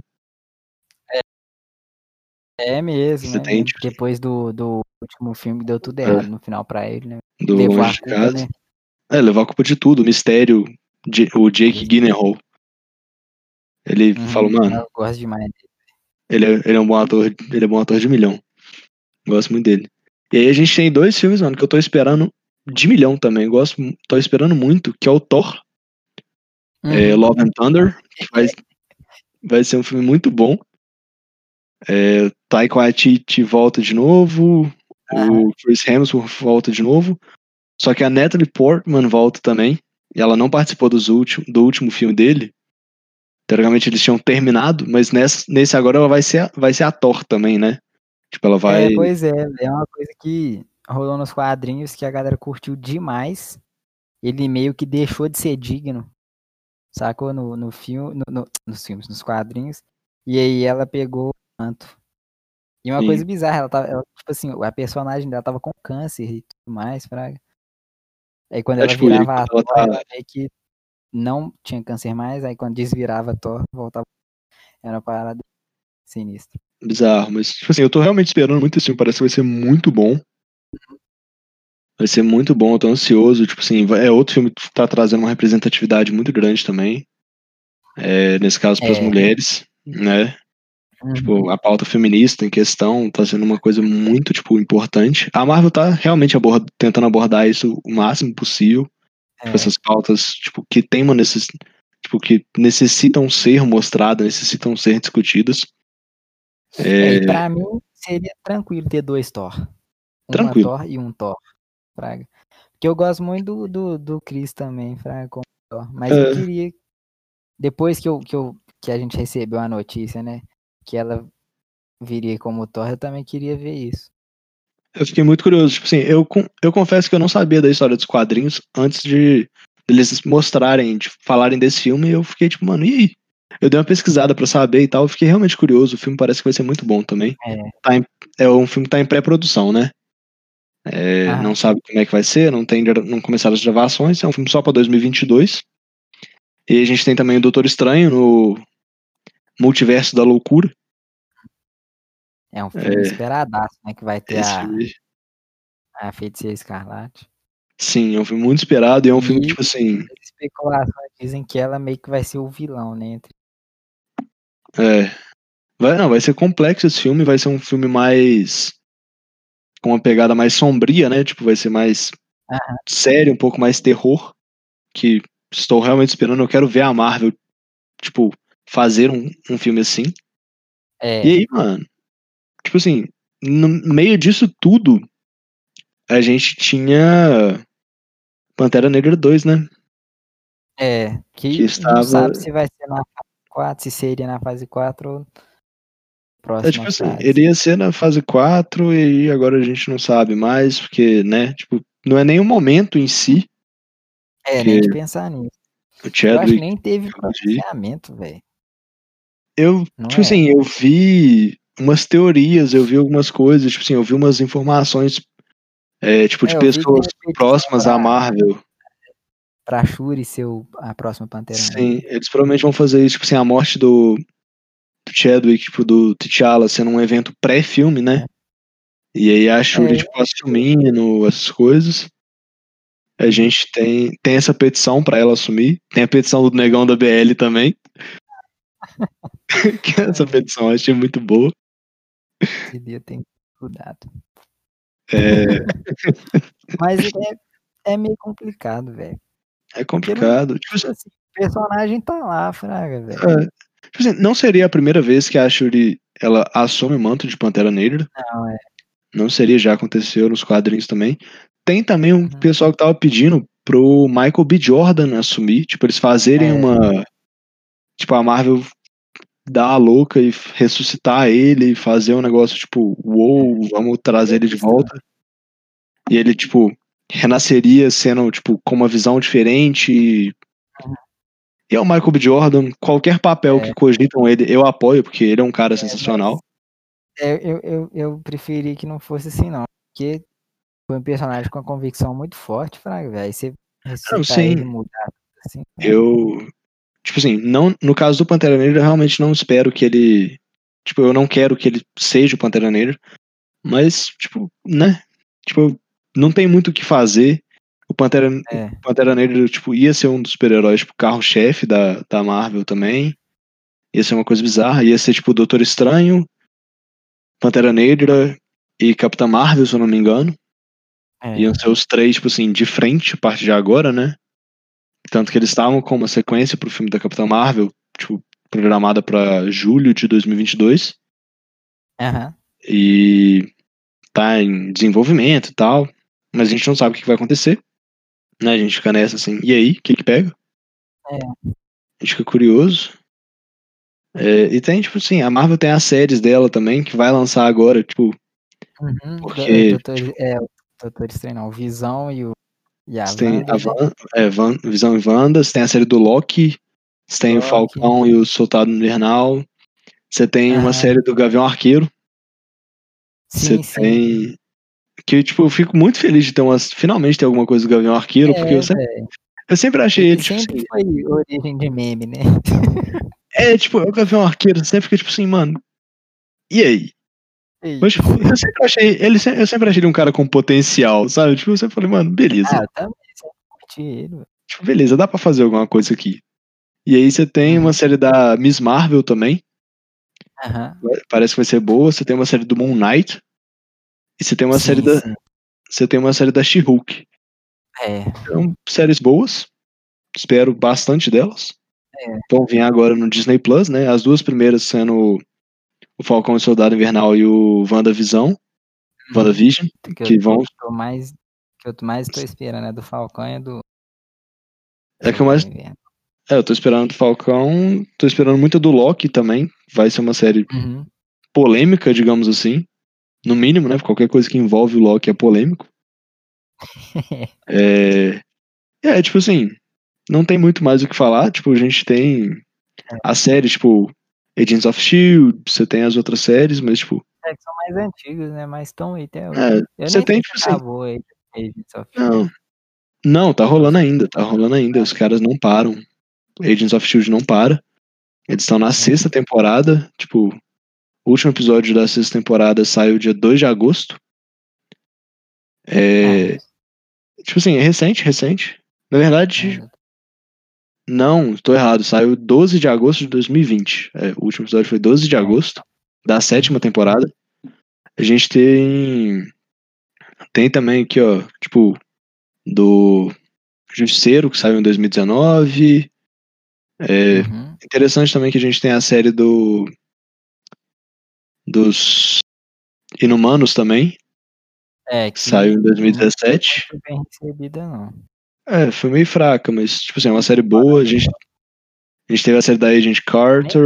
É mesmo, Você né? tem, tipo, Depois do último filme deu tudo errado no final pra ele, né? do Levou Longe a de culpa, Casa. né? Levou a culpa de tudo. O mistério, o Jake Gyllenhaal. Ele falou, mano, Eu gosto demais dele. ele é um bom ator, ele é bom ator de milhão. Gosto muito dele. E aí a gente tem 2 filmes, mano, que eu tô esperando de milhão também. Tô esperando muito, que é o Thor. Love and Thunder, que vai ser um filme muito bom. Taika Waititi volta de novo, o Chris Hemsworth volta de novo, só que a Natalie Portman volta também, e ela não participou do último filme dele. Teoricamente eles tinham terminado, mas nesse agora ela vai ser a Thor também, né? Tipo, ela vai... Pois é uma coisa que rolou nos quadrinhos que a galera curtiu demais. Ele meio que deixou de ser digno, sacou? No filme, nos filmes, nos quadrinhos. E aí ela pegou o manto. E uma coisa bizarra, tipo assim, a personagem dela tava com câncer e tudo mais, fraga. Aí quando ela tipo, virava a Thor, tá... ela meio que não tinha câncer mais, aí quando desvirava a Thor, voltava. Era uma parada sinistra. bizarro, mas, tipo assim, eu tô realmente esperando muito esse filme, parece que vai ser muito bom. Vai ser muito bom, eu tô ansioso, tipo assim, é outro filme que tá trazendo uma representatividade muito grande também. Nesse caso para as mulheres, né? Tipo, a pauta feminista em questão tá sendo uma coisa muito, tipo, importante. A Marvel tá realmente tentando abordar isso o máximo possível. Tipo, essas pautas, tipo, que tem tipo, que necessitam ser mostradas, necessitam ser discutidas. E pra mim seria tranquilo ter 2 Thor. Uma Tranquilo. Thor e um Thor, fraga. Porque eu gosto muito do Chris também, fraga, como Thor. Mas eu queria, depois que a gente recebeu a notícia, né, que ela viria como Thor, eu também queria ver isso. Eu fiquei muito curioso. Tipo assim, eu confesso que eu não sabia da história dos quadrinhos antes de eles mostrarem, de falarem desse filme, e eu fiquei tipo, mano, e aí? Eu dei uma pesquisada pra saber e tal, eu fiquei realmente curioso. O filme parece que vai ser muito bom também. É um filme que tá em pré-produção, né? Não sabe como é que vai ser, não começaram as gravações, é um filme só pra 2022. E a gente tem também o Doutor Estranho no Multiverso da Loucura. É um filme esperadaço, né, que vai ter filme... a Feiticeira Escarlate. Sim, é um filme muito esperado e é um filme que, tipo assim... As especulações dizem que ela meio que vai ser o vilão, né? Vai ser complexo esse filme, vai ser um filme mais... com uma pegada mais sombria, né? Tipo, vai ser mais sério, um pouco mais terror. Que estou realmente esperando, eu quero ver a Marvel, tipo, fazer um filme assim. E aí, mano, tipo assim, no meio disso tudo, a gente tinha Pantera Negra 2, né? Que estava... não sabe se vai ser na fase 4, se seria na fase 4 ou próxima tipo assim, fase. ele ia ser na fase 4 e agora a gente não sabe mais, porque, né, tipo, não é nem o momento em si. Nem de pensar nisso. O Eu acho que Chadwick... nem teve pronunciamento, velho. Tipo assim, eu vi umas teorias, eu vi algumas coisas, tipo assim, eu vi umas informações, tipo, de pessoas próximas à Marvel. Pra Shuri ser a próxima Pantera Sim, Negra. eles provavelmente vão fazer isso, tipo assim, a morte do Chadwick, tipo, do T'Challa sendo um evento pré-filme, né? E aí a Shuri, tipo, assumindo essas coisas. A gente tem essa petição pra ela assumir. Tem a petição do Negão da BL também. Que essa petição eu achei muito boa. Esse dia tem cuidado. É... Mas é meio complicado, velho. É complicado. Tipo assim, o personagem tá lá, fraga, velho. Tipo assim, não seria a primeira vez que a Shuri ela assume o manto de Pantera Negra. Não, Não seria, já aconteceu nos quadrinhos também. Tem também um pessoal que tava pedindo pro Michael B. Jordan assumir, tipo, eles fazerem uma... Tipo, a Marvel dar a louca e ressuscitar ele, fazer um negócio tipo, uou, vamos trazer ele de volta. E ele, tipo, renasceria sendo, tipo, com uma visão diferente. E é o Michael B. Jordan, qualquer papel que cogitam ele, eu apoio, porque ele é um cara sensacional. Eu preferi que não fosse assim, não. Porque foi um personagem com uma convicção muito forte, Fraga, velho. Aí você ressuscitar ele e mudar, assim. Tipo assim, não, no caso do Pantera Negra, eu realmente não espero que ele... Tipo, eu não quero que ele seja o Pantera Negra. Mas, tipo, né? Tipo, não tem muito o que fazer. O Pantera Negra, tipo, ia ser um dos super-heróis, tipo, carro-chefe da Marvel também. Ia ser uma coisa bizarra. Ia ser, tipo, o Doutor Estranho, Pantera Negra e Capitã Marvel, se eu não me engano. Iam ser os três, tipo assim, de frente, a partir de agora, né? Tanto que eles estavam com uma sequência pro filme da Capitã Marvel, tipo, programada pra julho de 2022. E tá em desenvolvimento e tal. Mas a gente não sabe o que vai acontecer. Né? A gente fica nessa assim, e aí? O que pega? A gente fica curioso. E tem, tipo assim, a Marvel tem as séries dela também, que vai lançar agora, tipo... Porque... Doutor Estranho não, o Visão e a tem Wanda, Visão e Wanda, você tem a série do Loki, você tem o Falcão e o Soldado Invernal, você tem uma série do Gavião Arqueiro, você tem... Que, tipo, eu fico muito feliz de ter finalmente ter alguma coisa do Gavião Arqueiro, porque eu sempre achei ele, tipo sempre assim... foi origem de meme, né? Tipo, o Gavião Arqueiro sempre fica, tipo assim, mano, e aí? Mas, tipo, eu sempre achei ele um cara com potencial, sabe? Tipo, eu sempre falei, mano, beleza. Eu também sempre curti ele. Tipo, beleza, dá pra fazer alguma coisa aqui. E aí você tem uma série da Miss Marvel também. Parece que vai ser boa. Você tem uma série do Moon Knight. E você tem uma série da... Você tem uma série da She-Hulk. São séries boas. Espero bastante delas. Vão vir agora no Disney Plus, né? As duas primeiras sendo o Falcão e o Soldado Invernal e o WandaVision. Que vão... que eu mais tô esperando é do Falcão e do... que eu mais... eu tô esperando do Falcão. Tô esperando muito do Loki também. Vai ser uma série polêmica, digamos assim. No mínimo, né? Qualquer coisa que envolve o Loki é polêmico. Tipo assim, não tem muito mais o que falar. Tipo, a gente tem a série, tipo, Agents of S.H.I.E.L.D., você tem as outras séries, mas, tipo... que são mais antigos, né? Mas estão aí até hoje. Você tem, tipo assim... Acabou aí, Agents of S.H.I.E.L.D. Não, tá rolando ainda. Os caras não param. Agents of S.H.I.E.L.D. não para. Eles estão na 6ª temporada. Tipo, o último episódio da 6ª temporada saiu dia 2 de agosto. Tipo assim, é recente. Na verdade, não, tô errado. Saiu 12 de agosto de 2020. O último episódio foi 12 de agosto da 7ª temporada. A gente tem também aqui, ó, tipo, do Justiceiro, que saiu em 2019. Interessante também que a gente tem a série dos Inumanos também. Que saiu em 2017. Não foi bem recebida, não. Foi meio fraca, mas, tipo assim, é uma série boa. A gente teve a série da Agent Carter.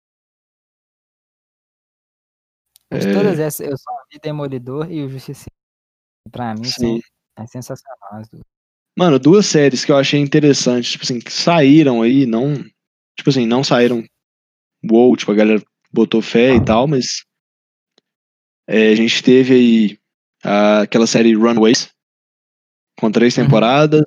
De todas essas, eu só vi Demolidor e o Justiceiro. Pra mim, são sensacional as duas. Mano, duas séries que eu achei interessantes, tipo assim, que saíram aí, não... Tipo assim, não saíram... Uou, tipo, a galera botou fé e tal, mas... a gente teve aí aquela série Runaways, com 3 temporadas.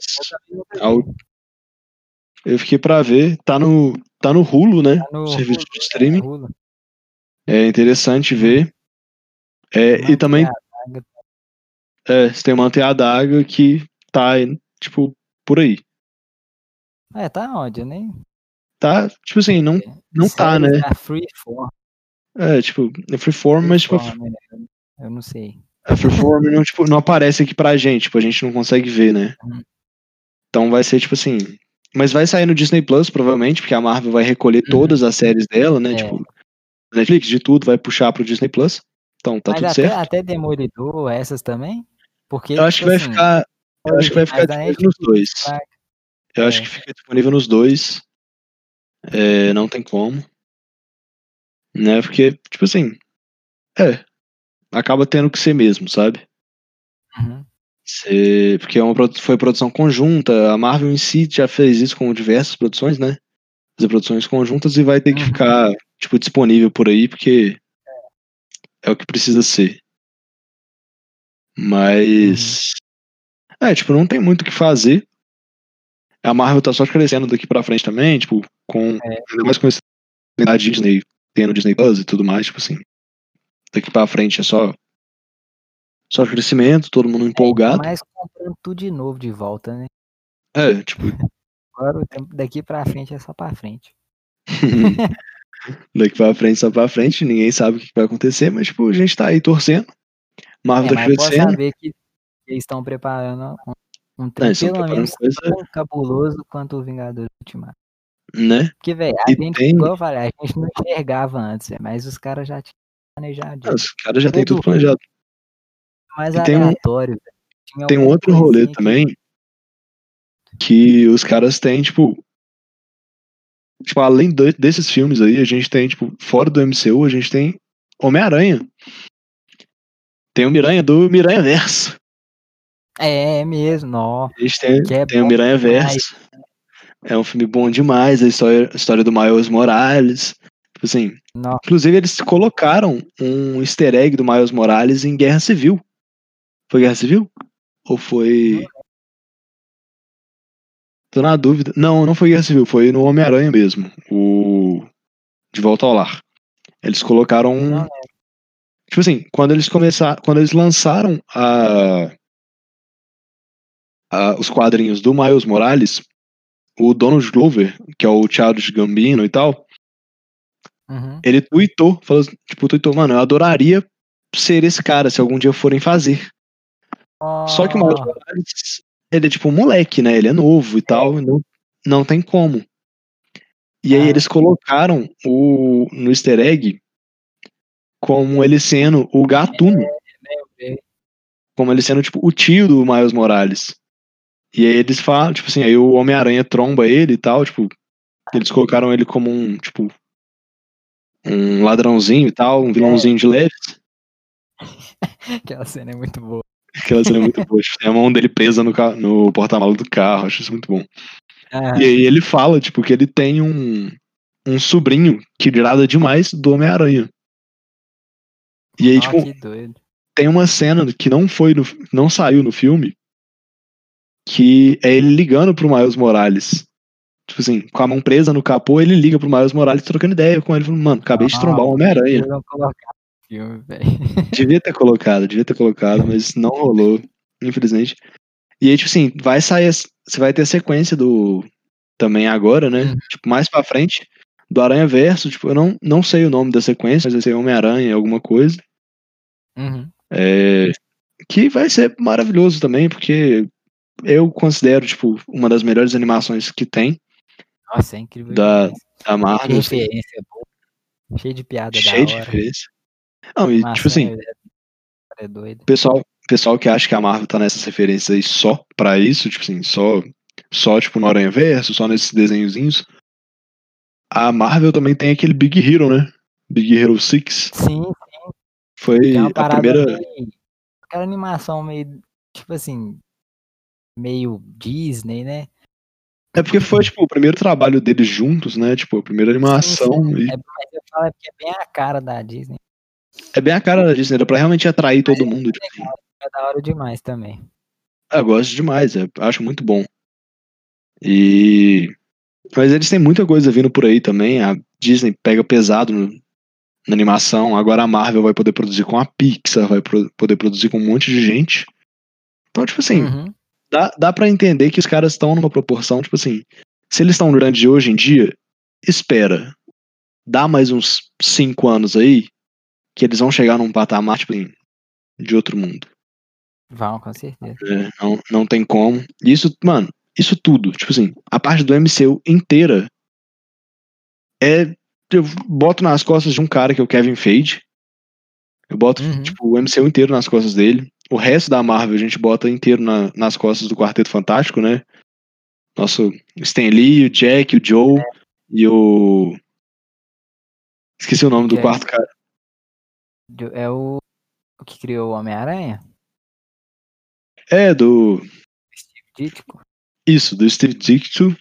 Eu fiquei pra ver. Tá no Hulu, né? Serviço de streaming. É interessante ver. E também... você tem Manter a Daga que tá, tipo, por aí. Tá onde? Nem... Tá, tipo assim, não tá, né? Freeform. Tipo, é Freeform, mas tipo... Eu não sei. A Freeform não, tipo, não aparece aqui pra gente, tipo, a gente não consegue ver, né? Então vai ser, tipo assim... Mas vai sair no Disney Plus, provavelmente, porque a Marvel vai recolher todas as séries dela, né? Tipo, Netflix, de tudo, vai puxar pro Disney Plus. Então tá Mas tudo certo. até Demolidor, essas também? Porque, Eu acho que vai ficar. Eu acho que vai ficar disponível nos dois. Eu acho que fica disponível nos dois. Não tem como. Né? Porque, tipo assim. Acaba tendo que ser mesmo, sabe? Uhum. Porque foi produção conjunta. A Marvel em si já fez isso com diversas produções, né? Fazer produções conjuntas e vai ter que ficar, tipo, disponível por aí, porque é o que precisa ser. Mas. Tipo, não tem muito o que fazer. A Marvel tá só crescendo daqui pra frente também, tipo, ainda mais com esse da Disney, tendo Disney Plus e tudo mais, tipo assim. Daqui pra frente é só crescimento, todo mundo empolgado. Mas comprando tudo de novo de volta, né? Tipo. Agora o tempo daqui pra frente é só pra frente. Daqui pra frente, só pra frente, ninguém sabe o que vai acontecer, mas, tipo, a gente tá aí torcendo. Marvel tá mas posso crescendo. saber que eles estão preparando um trem Eles estão pelo preparando menos coisa, tão cabuloso quanto o Vingadores Ultimato. né? Porque, velho, a E gente, tem. igual eu falei, a gente não enxergava antes, mas os caras já tinham planejado. Os caras já têm tudo planejado. Mais E tem aleatório, velho. Tem um outro rolê também que os caras têm, tipo, além desses filmes aí, a gente tem, tipo, fora do MCU, a gente tem Homem-Aranha. Tem o Miranha do Miranha-Verso. É mesmo, ó. A gente tem o Miranha-Verso. É um filme bom demais, a história do Miles Morales. Tipo assim, inclusive eles colocaram um easter egg do Miles Morales em Guerra Civil. Foi Guerra Civil? Ou foi... Tô na dúvida. Não foi Guerra Civil, foi no Homem-Aranha mesmo. O De Volta ao Lar. Eles colocaram tipo assim, quando eles lançaram os quadrinhos do Miles Morales, o Donald Glover, que é o Childish Gambino e tal, ele tweetou, mano, eu adoraria ser esse cara se algum dia forem fazer. Só que o Miles Morales, ele é tipo um moleque, né? Ele é novo e tal, não tem como. E aí eles colocaram no easter egg como ele sendo o Gatuno. Como ele sendo, tipo, o tio do Miles Morales. E aí eles falam, tipo assim, aí o Homem-Aranha tromba ele e tal, tipo, eles colocaram ele como um, tipo, um ladrãozinho e tal, um vilãozinho de leves. Aquela cena é muito boa. Aquela cena é muito boa. Tem a mão dele presa no porta-malas do carro, acho isso muito bom. E aí ele fala, tipo, que ele tem um sobrinho que agrada demais do Homem-Aranha. E aí, tipo, que doido. tem uma cena que não saiu no filme, que é ele ligando pro Miles Morales. Tipo assim, com a mão presa no capô, ele liga pro Miles Morales trocando ideia com ele, falando, mano, acabei de trombar o Homem-Aranha. Devia ter colocado, mas não rolou, infelizmente. E aí, tipo assim, você vai ter a sequência também agora, né? Tipo, mais pra frente, do Aranha Verso, tipo, eu não sei o nome da sequência, mas vai ser Homem-Aranha, alguma coisa. Que vai ser maravilhoso também, porque eu considero, tipo, uma das melhores animações que tem. Nossa, é incrível da Cheio Marvel. de referência boa. Cheio de piada Cheio da de hora. referência. Não, e tipo assim, é doido. Pessoal que acha que a Marvel tá nessas referências aí só pra isso, tipo assim, só tipo no Aranha Verso, só nesses desenhozinhos. A Marvel também tem aquele Big Hero, né? Big Hero 6. Sim. Foi a primeira. Aquela animação meio, tipo assim, meio Disney, né? É porque foi, tipo, o primeiro trabalho deles juntos, né? Tipo, a primeira animação. Sim. Mas eu falo porque é bem a cara da Disney. É bem a cara da Disney, era pra realmente atrair todo mundo. Tipo assim. É da hora demais também. Eu gosto demais, acho muito bom. Mas eles têm muita coisa vindo por aí também. A Disney pega pesado na animação. Agora a Marvel vai poder produzir com a Pixar, vai poder produzir com um monte de gente. Então, tipo assim, dá pra entender que os caras estão numa proporção, tipo assim, se eles estão grandes hoje em dia, espera. Dá mais uns 5 anos aí, que eles vão chegar num patamar, tipo assim, de outro mundo. Vão, com certeza. Não tem como. Isso, mano, isso tudo, tipo assim, a parte do MCU inteira eu boto nas costas de um cara que é o Kevin Feige, Eu boto, tipo, o MCU inteiro nas costas dele. O resto da Marvel a gente bota inteiro nas costas do Quarteto Fantástico, né? Nosso Stan Lee, o Jack, o Joe e o... Esqueci o nome do quarto cara. É o que criou o Homem-Aranha? É, do... Steve Ditko. Isso, do Steve Ditko.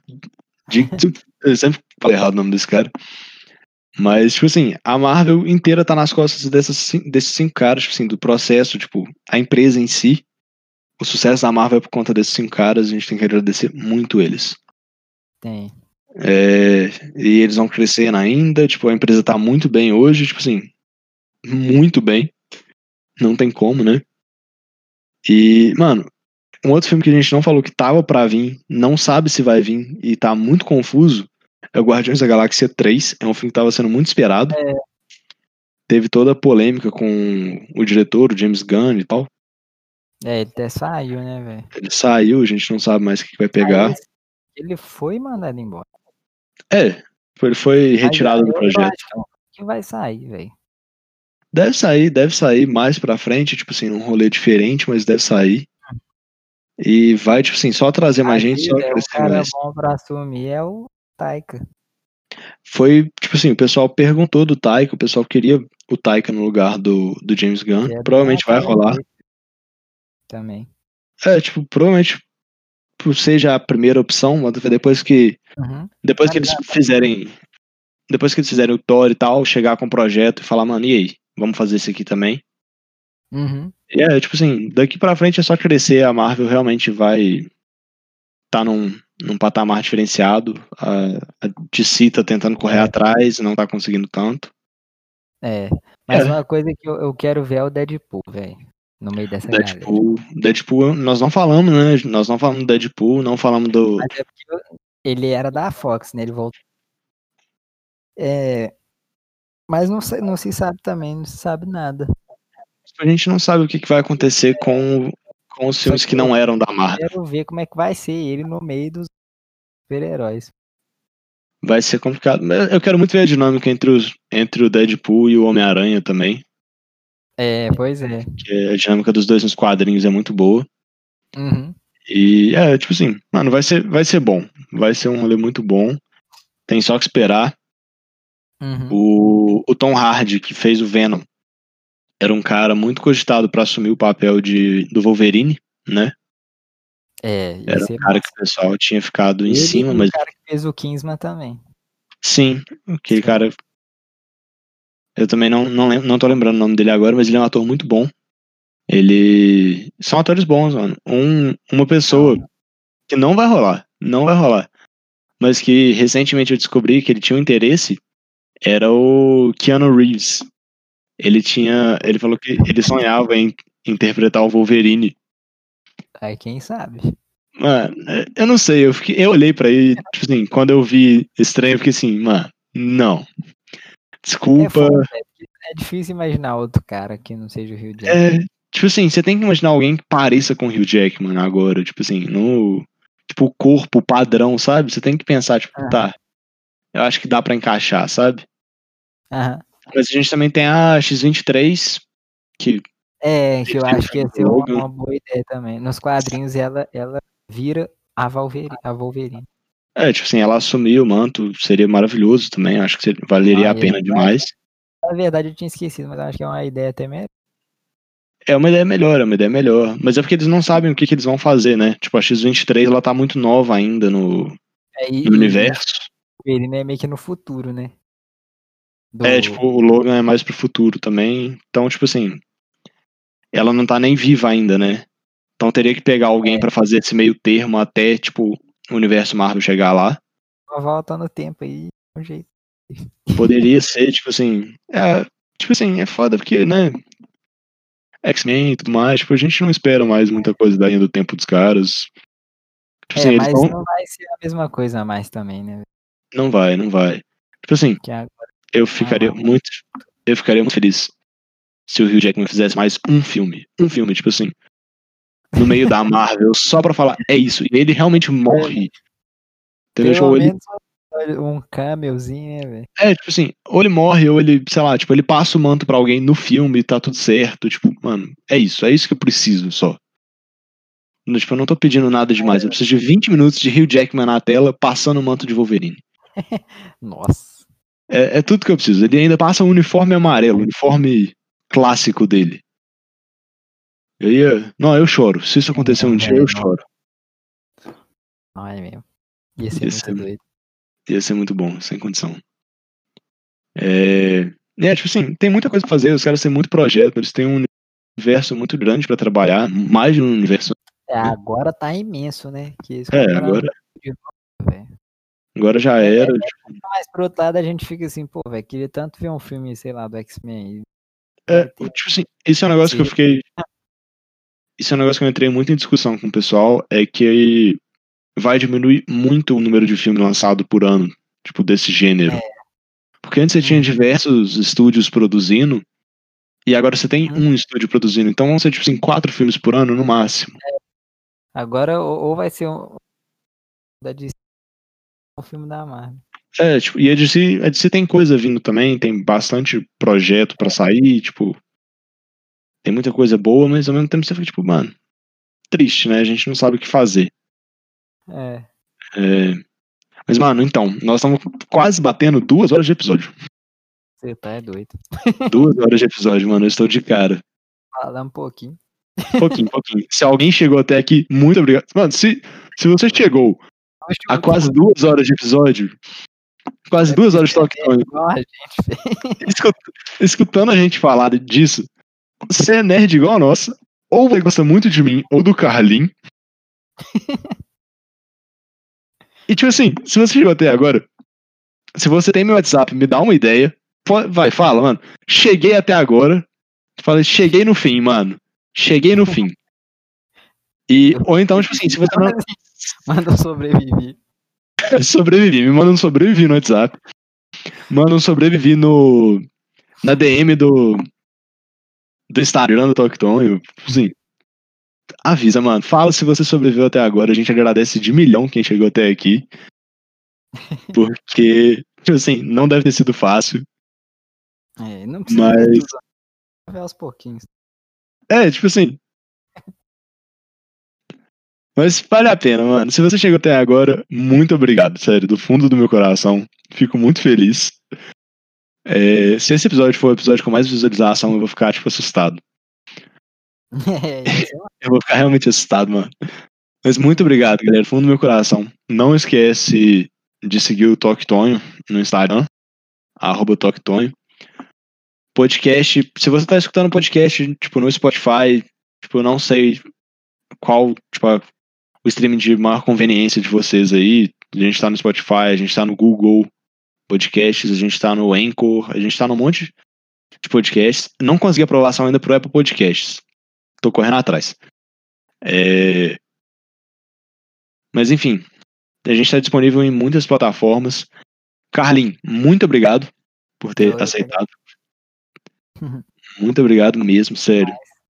Eu sempre falo errado o nome desse cara. Mas, tipo assim, a Marvel inteira tá nas costas desses 5 caras, tipo assim, do processo, tipo, a empresa em si. O sucesso da Marvel é por conta desses 5 caras, a gente tem que agradecer muito eles. Tem. E eles vão crescendo ainda, tipo, a empresa tá muito bem hoje, tipo assim, muito bem. Não tem como, né? E, mano, um outro filme que a gente não falou que tava pra vir, não sabe se vai vir e tá muito confuso, é o Guardiões da Galáxia 3. É um filme que tava sendo muito esperado. Teve toda a polêmica com o diretor, o James Gunn e tal. Ele até saiu, né, velho? Ele saiu, a gente não sabe mais o que vai pegar. Ele foi mandado embora. Ele foi retirado do projeto. Eu acho que vai sair, velho. Deve sair mais pra frente, tipo assim, num rolê diferente, mas deve sair. E vai, tipo assim, só trazer mais gente, só crescer o cara mais. bom pra assumir é o Taika. Foi, tipo assim, o pessoal perguntou do Taika, o pessoal queria o Taika no lugar do James Gunn. Provavelmente vai rolar. Também. Tipo, provavelmente seja a primeira opção, depois que eles fizerem o Thor e tal, chegar com o projeto e falar, mano, e aí? Vamos fazer isso aqui também. Tipo assim, daqui pra frente é só crescer, a Marvel realmente vai tá num patamar diferenciado. A DC tá tentando correr atrás, não tá conseguindo tanto. Mas uma coisa que eu quero ver é o Deadpool, velho. No meio dessa Deadpool, nós não falamos, né? Nós não falamos do Deadpool, não falamos do... Mas é porque ele era da Fox, né? Ele voltou. Mas não se sabe também, não se sabe nada. A gente não sabe o que vai acontecer com os filmes que não eram da Marvel. Eu quero ver como é que vai ser ele no meio dos super-heróis. Vai ser complicado. Eu quero muito ver a dinâmica entre o Deadpool e o Homem-Aranha também. Pois é. Que a dinâmica dos dois nos quadrinhos é muito boa. E tipo assim, mano, vai ser bom. Vai ser um rolê muito bom. Tem só que esperar. O Tom Hardy, que fez o Venom, era um cara muito cogitado pra assumir o papel do Wolverine, né? Era um cara que o pessoal tinha ficado em cima, mas... o cara que fez o Kingsman também. Sim, aquele cara... Eu também não tô lembrando o nome dele agora, mas ele é um ator muito bom. São atores bons, mano. Uma pessoa que não vai rolar, mas que recentemente eu descobri que ele tinha um interesse, era o Keanu Reeves. Ele falou que ele sonhava em interpretar o Wolverine. Aí quem sabe? Mano, eu não sei, eu olhei pra ele, tipo assim, quando eu vi estranho, eu fiquei assim, mano, não. Desculpa. É difícil imaginar outro cara que não seja o Hugh Jackman. Tipo assim, você tem que imaginar alguém que pareça com o Hugh Jackman agora, tipo assim, tipo, o corpo, o padrão, sabe? Você tem que pensar, tipo, tá, eu acho que dá pra encaixar, sabe? Mas a gente também tem a X-23, que eu acho que ia ser uma boa ideia também. Nos quadrinhos ela vira a Wolverine. Tipo assim, ela assumir o manto seria maravilhoso também, acho que valeria a pena demais. Na verdade eu tinha esquecido, mas acho que é uma ideia até melhor. É uma ideia melhor, mas é porque eles não sabem o que eles vão fazer, né? Tipo, a X-23, ela tá muito nova ainda no universo. O Wolverine é meio que no futuro, né? Tipo, o Logan é mais pro futuro também, então, tipo assim, ela não tá nem viva ainda, né? Então teria que pegar alguém pra fazer esse meio termo até, tipo, o universo Marvel chegar lá. Uma volta no tempo aí, um jeito. Poderia ser, tipo assim, é foda porque, né, X-Men e tudo mais, tipo, a gente não espera mais muita coisa da linha do tempo dos caras. Tipo assim, mas não vai ser a mesma coisa a mais também, né? Não vai. Tipo assim, eu ficaria muito feliz se o Hugh Jackman fizesse mais um filme, tipo assim, no meio da Marvel, só pra falar, é isso, e ele realmente morre. Entendeu? Pelo menos Um camelzinho, né, velho? Tipo assim, ou ele morre, ou ele, sei lá, tipo, ele passa o manto pra alguém no filme e tá tudo certo. Tipo, mano, é isso que eu preciso só. Tipo, eu não tô pedindo nada demais. Eu preciso de 20 minutos de Hugh Jackman na tela passando o manto de Wolverine. Nossa. É tudo que eu preciso. Ele ainda passa um uniforme amarelo, o uniforme clássico dele. Não, eu choro. Se isso acontecer um dia, eu choro. Não é mesmo. Ia ser muito doido. Ia ser muito bom, sem condição. Tipo assim, tem muita coisa pra fazer. Os caras têm muito projeto, eles têm um universo muito grande pra trabalhar, mais de um universo. Agora tá imenso, né? Que agora já era. Mas por outro lado, a gente fica assim, pô, velho, queria tanto ver um filme, sei lá, do X-Men. Tipo assim, isso é um negócio que eu fiquei. Isso é um negócio que eu entrei muito em discussão com o pessoal, é que vai diminuir muito o número de filmes lançados por ano, tipo, desse gênero. Porque antes você tinha diversos estúdios produzindo, e agora você tem um estúdio produzindo. Então vão ser, tipo assim, 4 filmes por ano no máximo. Agora, ou vai ser um filme da Marvel. Tipo, e a DC tem coisa vindo também, tem bastante projeto pra sair, tipo, tem muita coisa boa, mas ao mesmo tempo você fica, tipo, mano, triste, né? A gente não sabe o que fazer. Mas, mano, então, nós estamos quase batendo 2 horas de episódio. Você tá doido. 2 horas de episódio, mano, eu estou de cara. Falar um pouquinho. Pouquinho. Se alguém chegou até aqui, muito obrigado. Mano, se você chegou a quase 2 horas de episódio, quase 2 horas de Talk Tony, escutando a gente falar disso, você é nerd igual a nossa, ou você gosta muito de mim, ou do Carlin. E tipo assim, se você chegou até agora, se você tem meu WhatsApp, me dá uma ideia, fala, mano, cheguei até agora, fala, cheguei no fim, mano, cheguei no fim. Ou então, tipo assim, se você não... Manda um sobrevivi. Sobrevivi, me manda um sobrevivi no WhatsApp. Manda um sobrevivi na DM do Instagram do Tocton. Sim. Avisa, mano. Fala se você sobreviveu até agora. A gente agradece de milhão quem chegou até aqui. Porque, tipo assim, não deve ter sido fácil. Não precisa ver tudo. Ver aos pouquinhos. Tipo assim. Mas vale a pena, mano. Se você chegou até agora, muito obrigado, sério, do fundo do meu coração. Fico muito feliz. Se esse episódio for o episódio com mais visualização, eu vou ficar, tipo, assustado. Eu vou ficar realmente assustado, mano. Mas muito obrigado, galera, do fundo do meu coração. Não esquece de seguir o Toque Tonho no Instagram, @ToqueTonho. Podcast, se você tá escutando podcast, tipo, no Spotify, tipo, eu não sei qual, tipo, o streaming de maior conveniência de vocês aí. A gente tá no Spotify, a gente tá no Google Podcasts, a gente tá no Anchor, a gente tá num monte de podcasts. Não consegui aprovação ainda pro Apple Podcasts. Tô correndo atrás. Mas enfim, a gente tá disponível em muitas plataformas. Carlin, muito obrigado por ter aceitado. Muito obrigado mesmo, sério.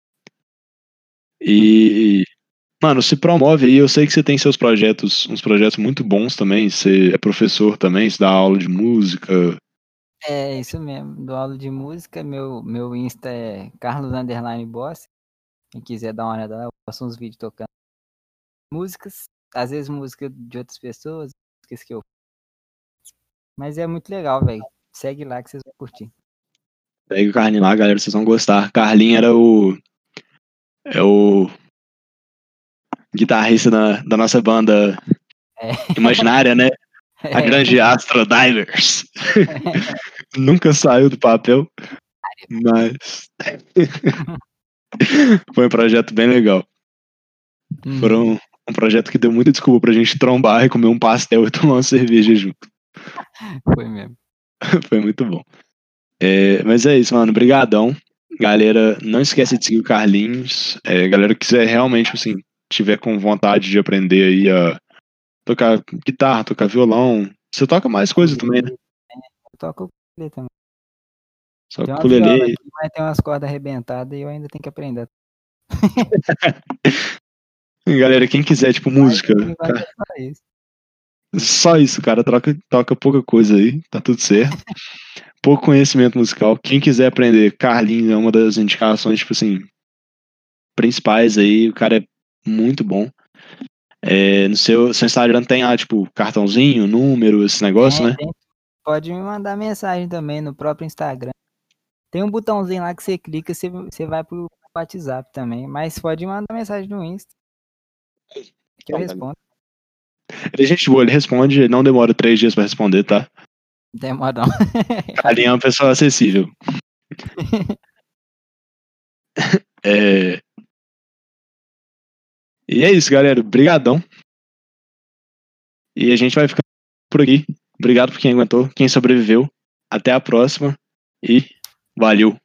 E, mano, se promove aí. Eu sei que você tem seus projetos, uns projetos muito bons também. Você é professor também, você dá aula de música. Isso mesmo. Dou aula de música. Meu Insta é Carlos_Boss. Quem quiser dar uma olhada lá, eu faço uns vídeos tocando músicas. Às vezes música de outras pessoas, músicas que eu... Mas é muito legal, velho. Segue lá que vocês vão curtir. Segue o Carlin lá, galera, vocês vão gostar. Carlin era o guitarrista da nossa banda imaginária, né? A grande Astro Divers. Nunca saiu do papel, mas foi um projeto bem legal. Foi um projeto que deu muita desculpa pra gente trombar e comer um pastel e tomar uma cerveja junto. Foi mesmo. Foi muito bom. Mas é isso, mano. Brigadão. Galera, não esquece de seguir o Carlinhos. Galera que quiser realmente, assim, tiver com vontade de aprender aí a tocar guitarra, tocar violão. Você toca mais coisa também, né? Eu toco ukulele também. Só ukulele. Mas tem umas cordas arrebentadas e eu ainda tenho que aprender. Galera, quem quiser, tipo, música. Só isso, cara. Toca pouca coisa aí, tá tudo certo. Pouco conhecimento musical. Quem quiser aprender, Carlinhos é uma das indicações, tipo assim, principais aí. O cara é muito bom. No seu Instagram tem lá, tipo, cartãozinho, número, esse negócio, né? Pode me mandar mensagem também no próprio Instagram. Tem um botãozinho lá que você clica, você vai pro WhatsApp também. Mas pode mandar mensagem no Insta, que eu respondo. Ele é gente boa, ele responde, não demora 3 dias pra responder, tá? Demora não. Carlinhos é uma pessoa acessível. E é isso, galera. Obrigadão. E a gente vai ficar por aqui. Obrigado por quem aguentou, quem sobreviveu. Até a próxima e valeu!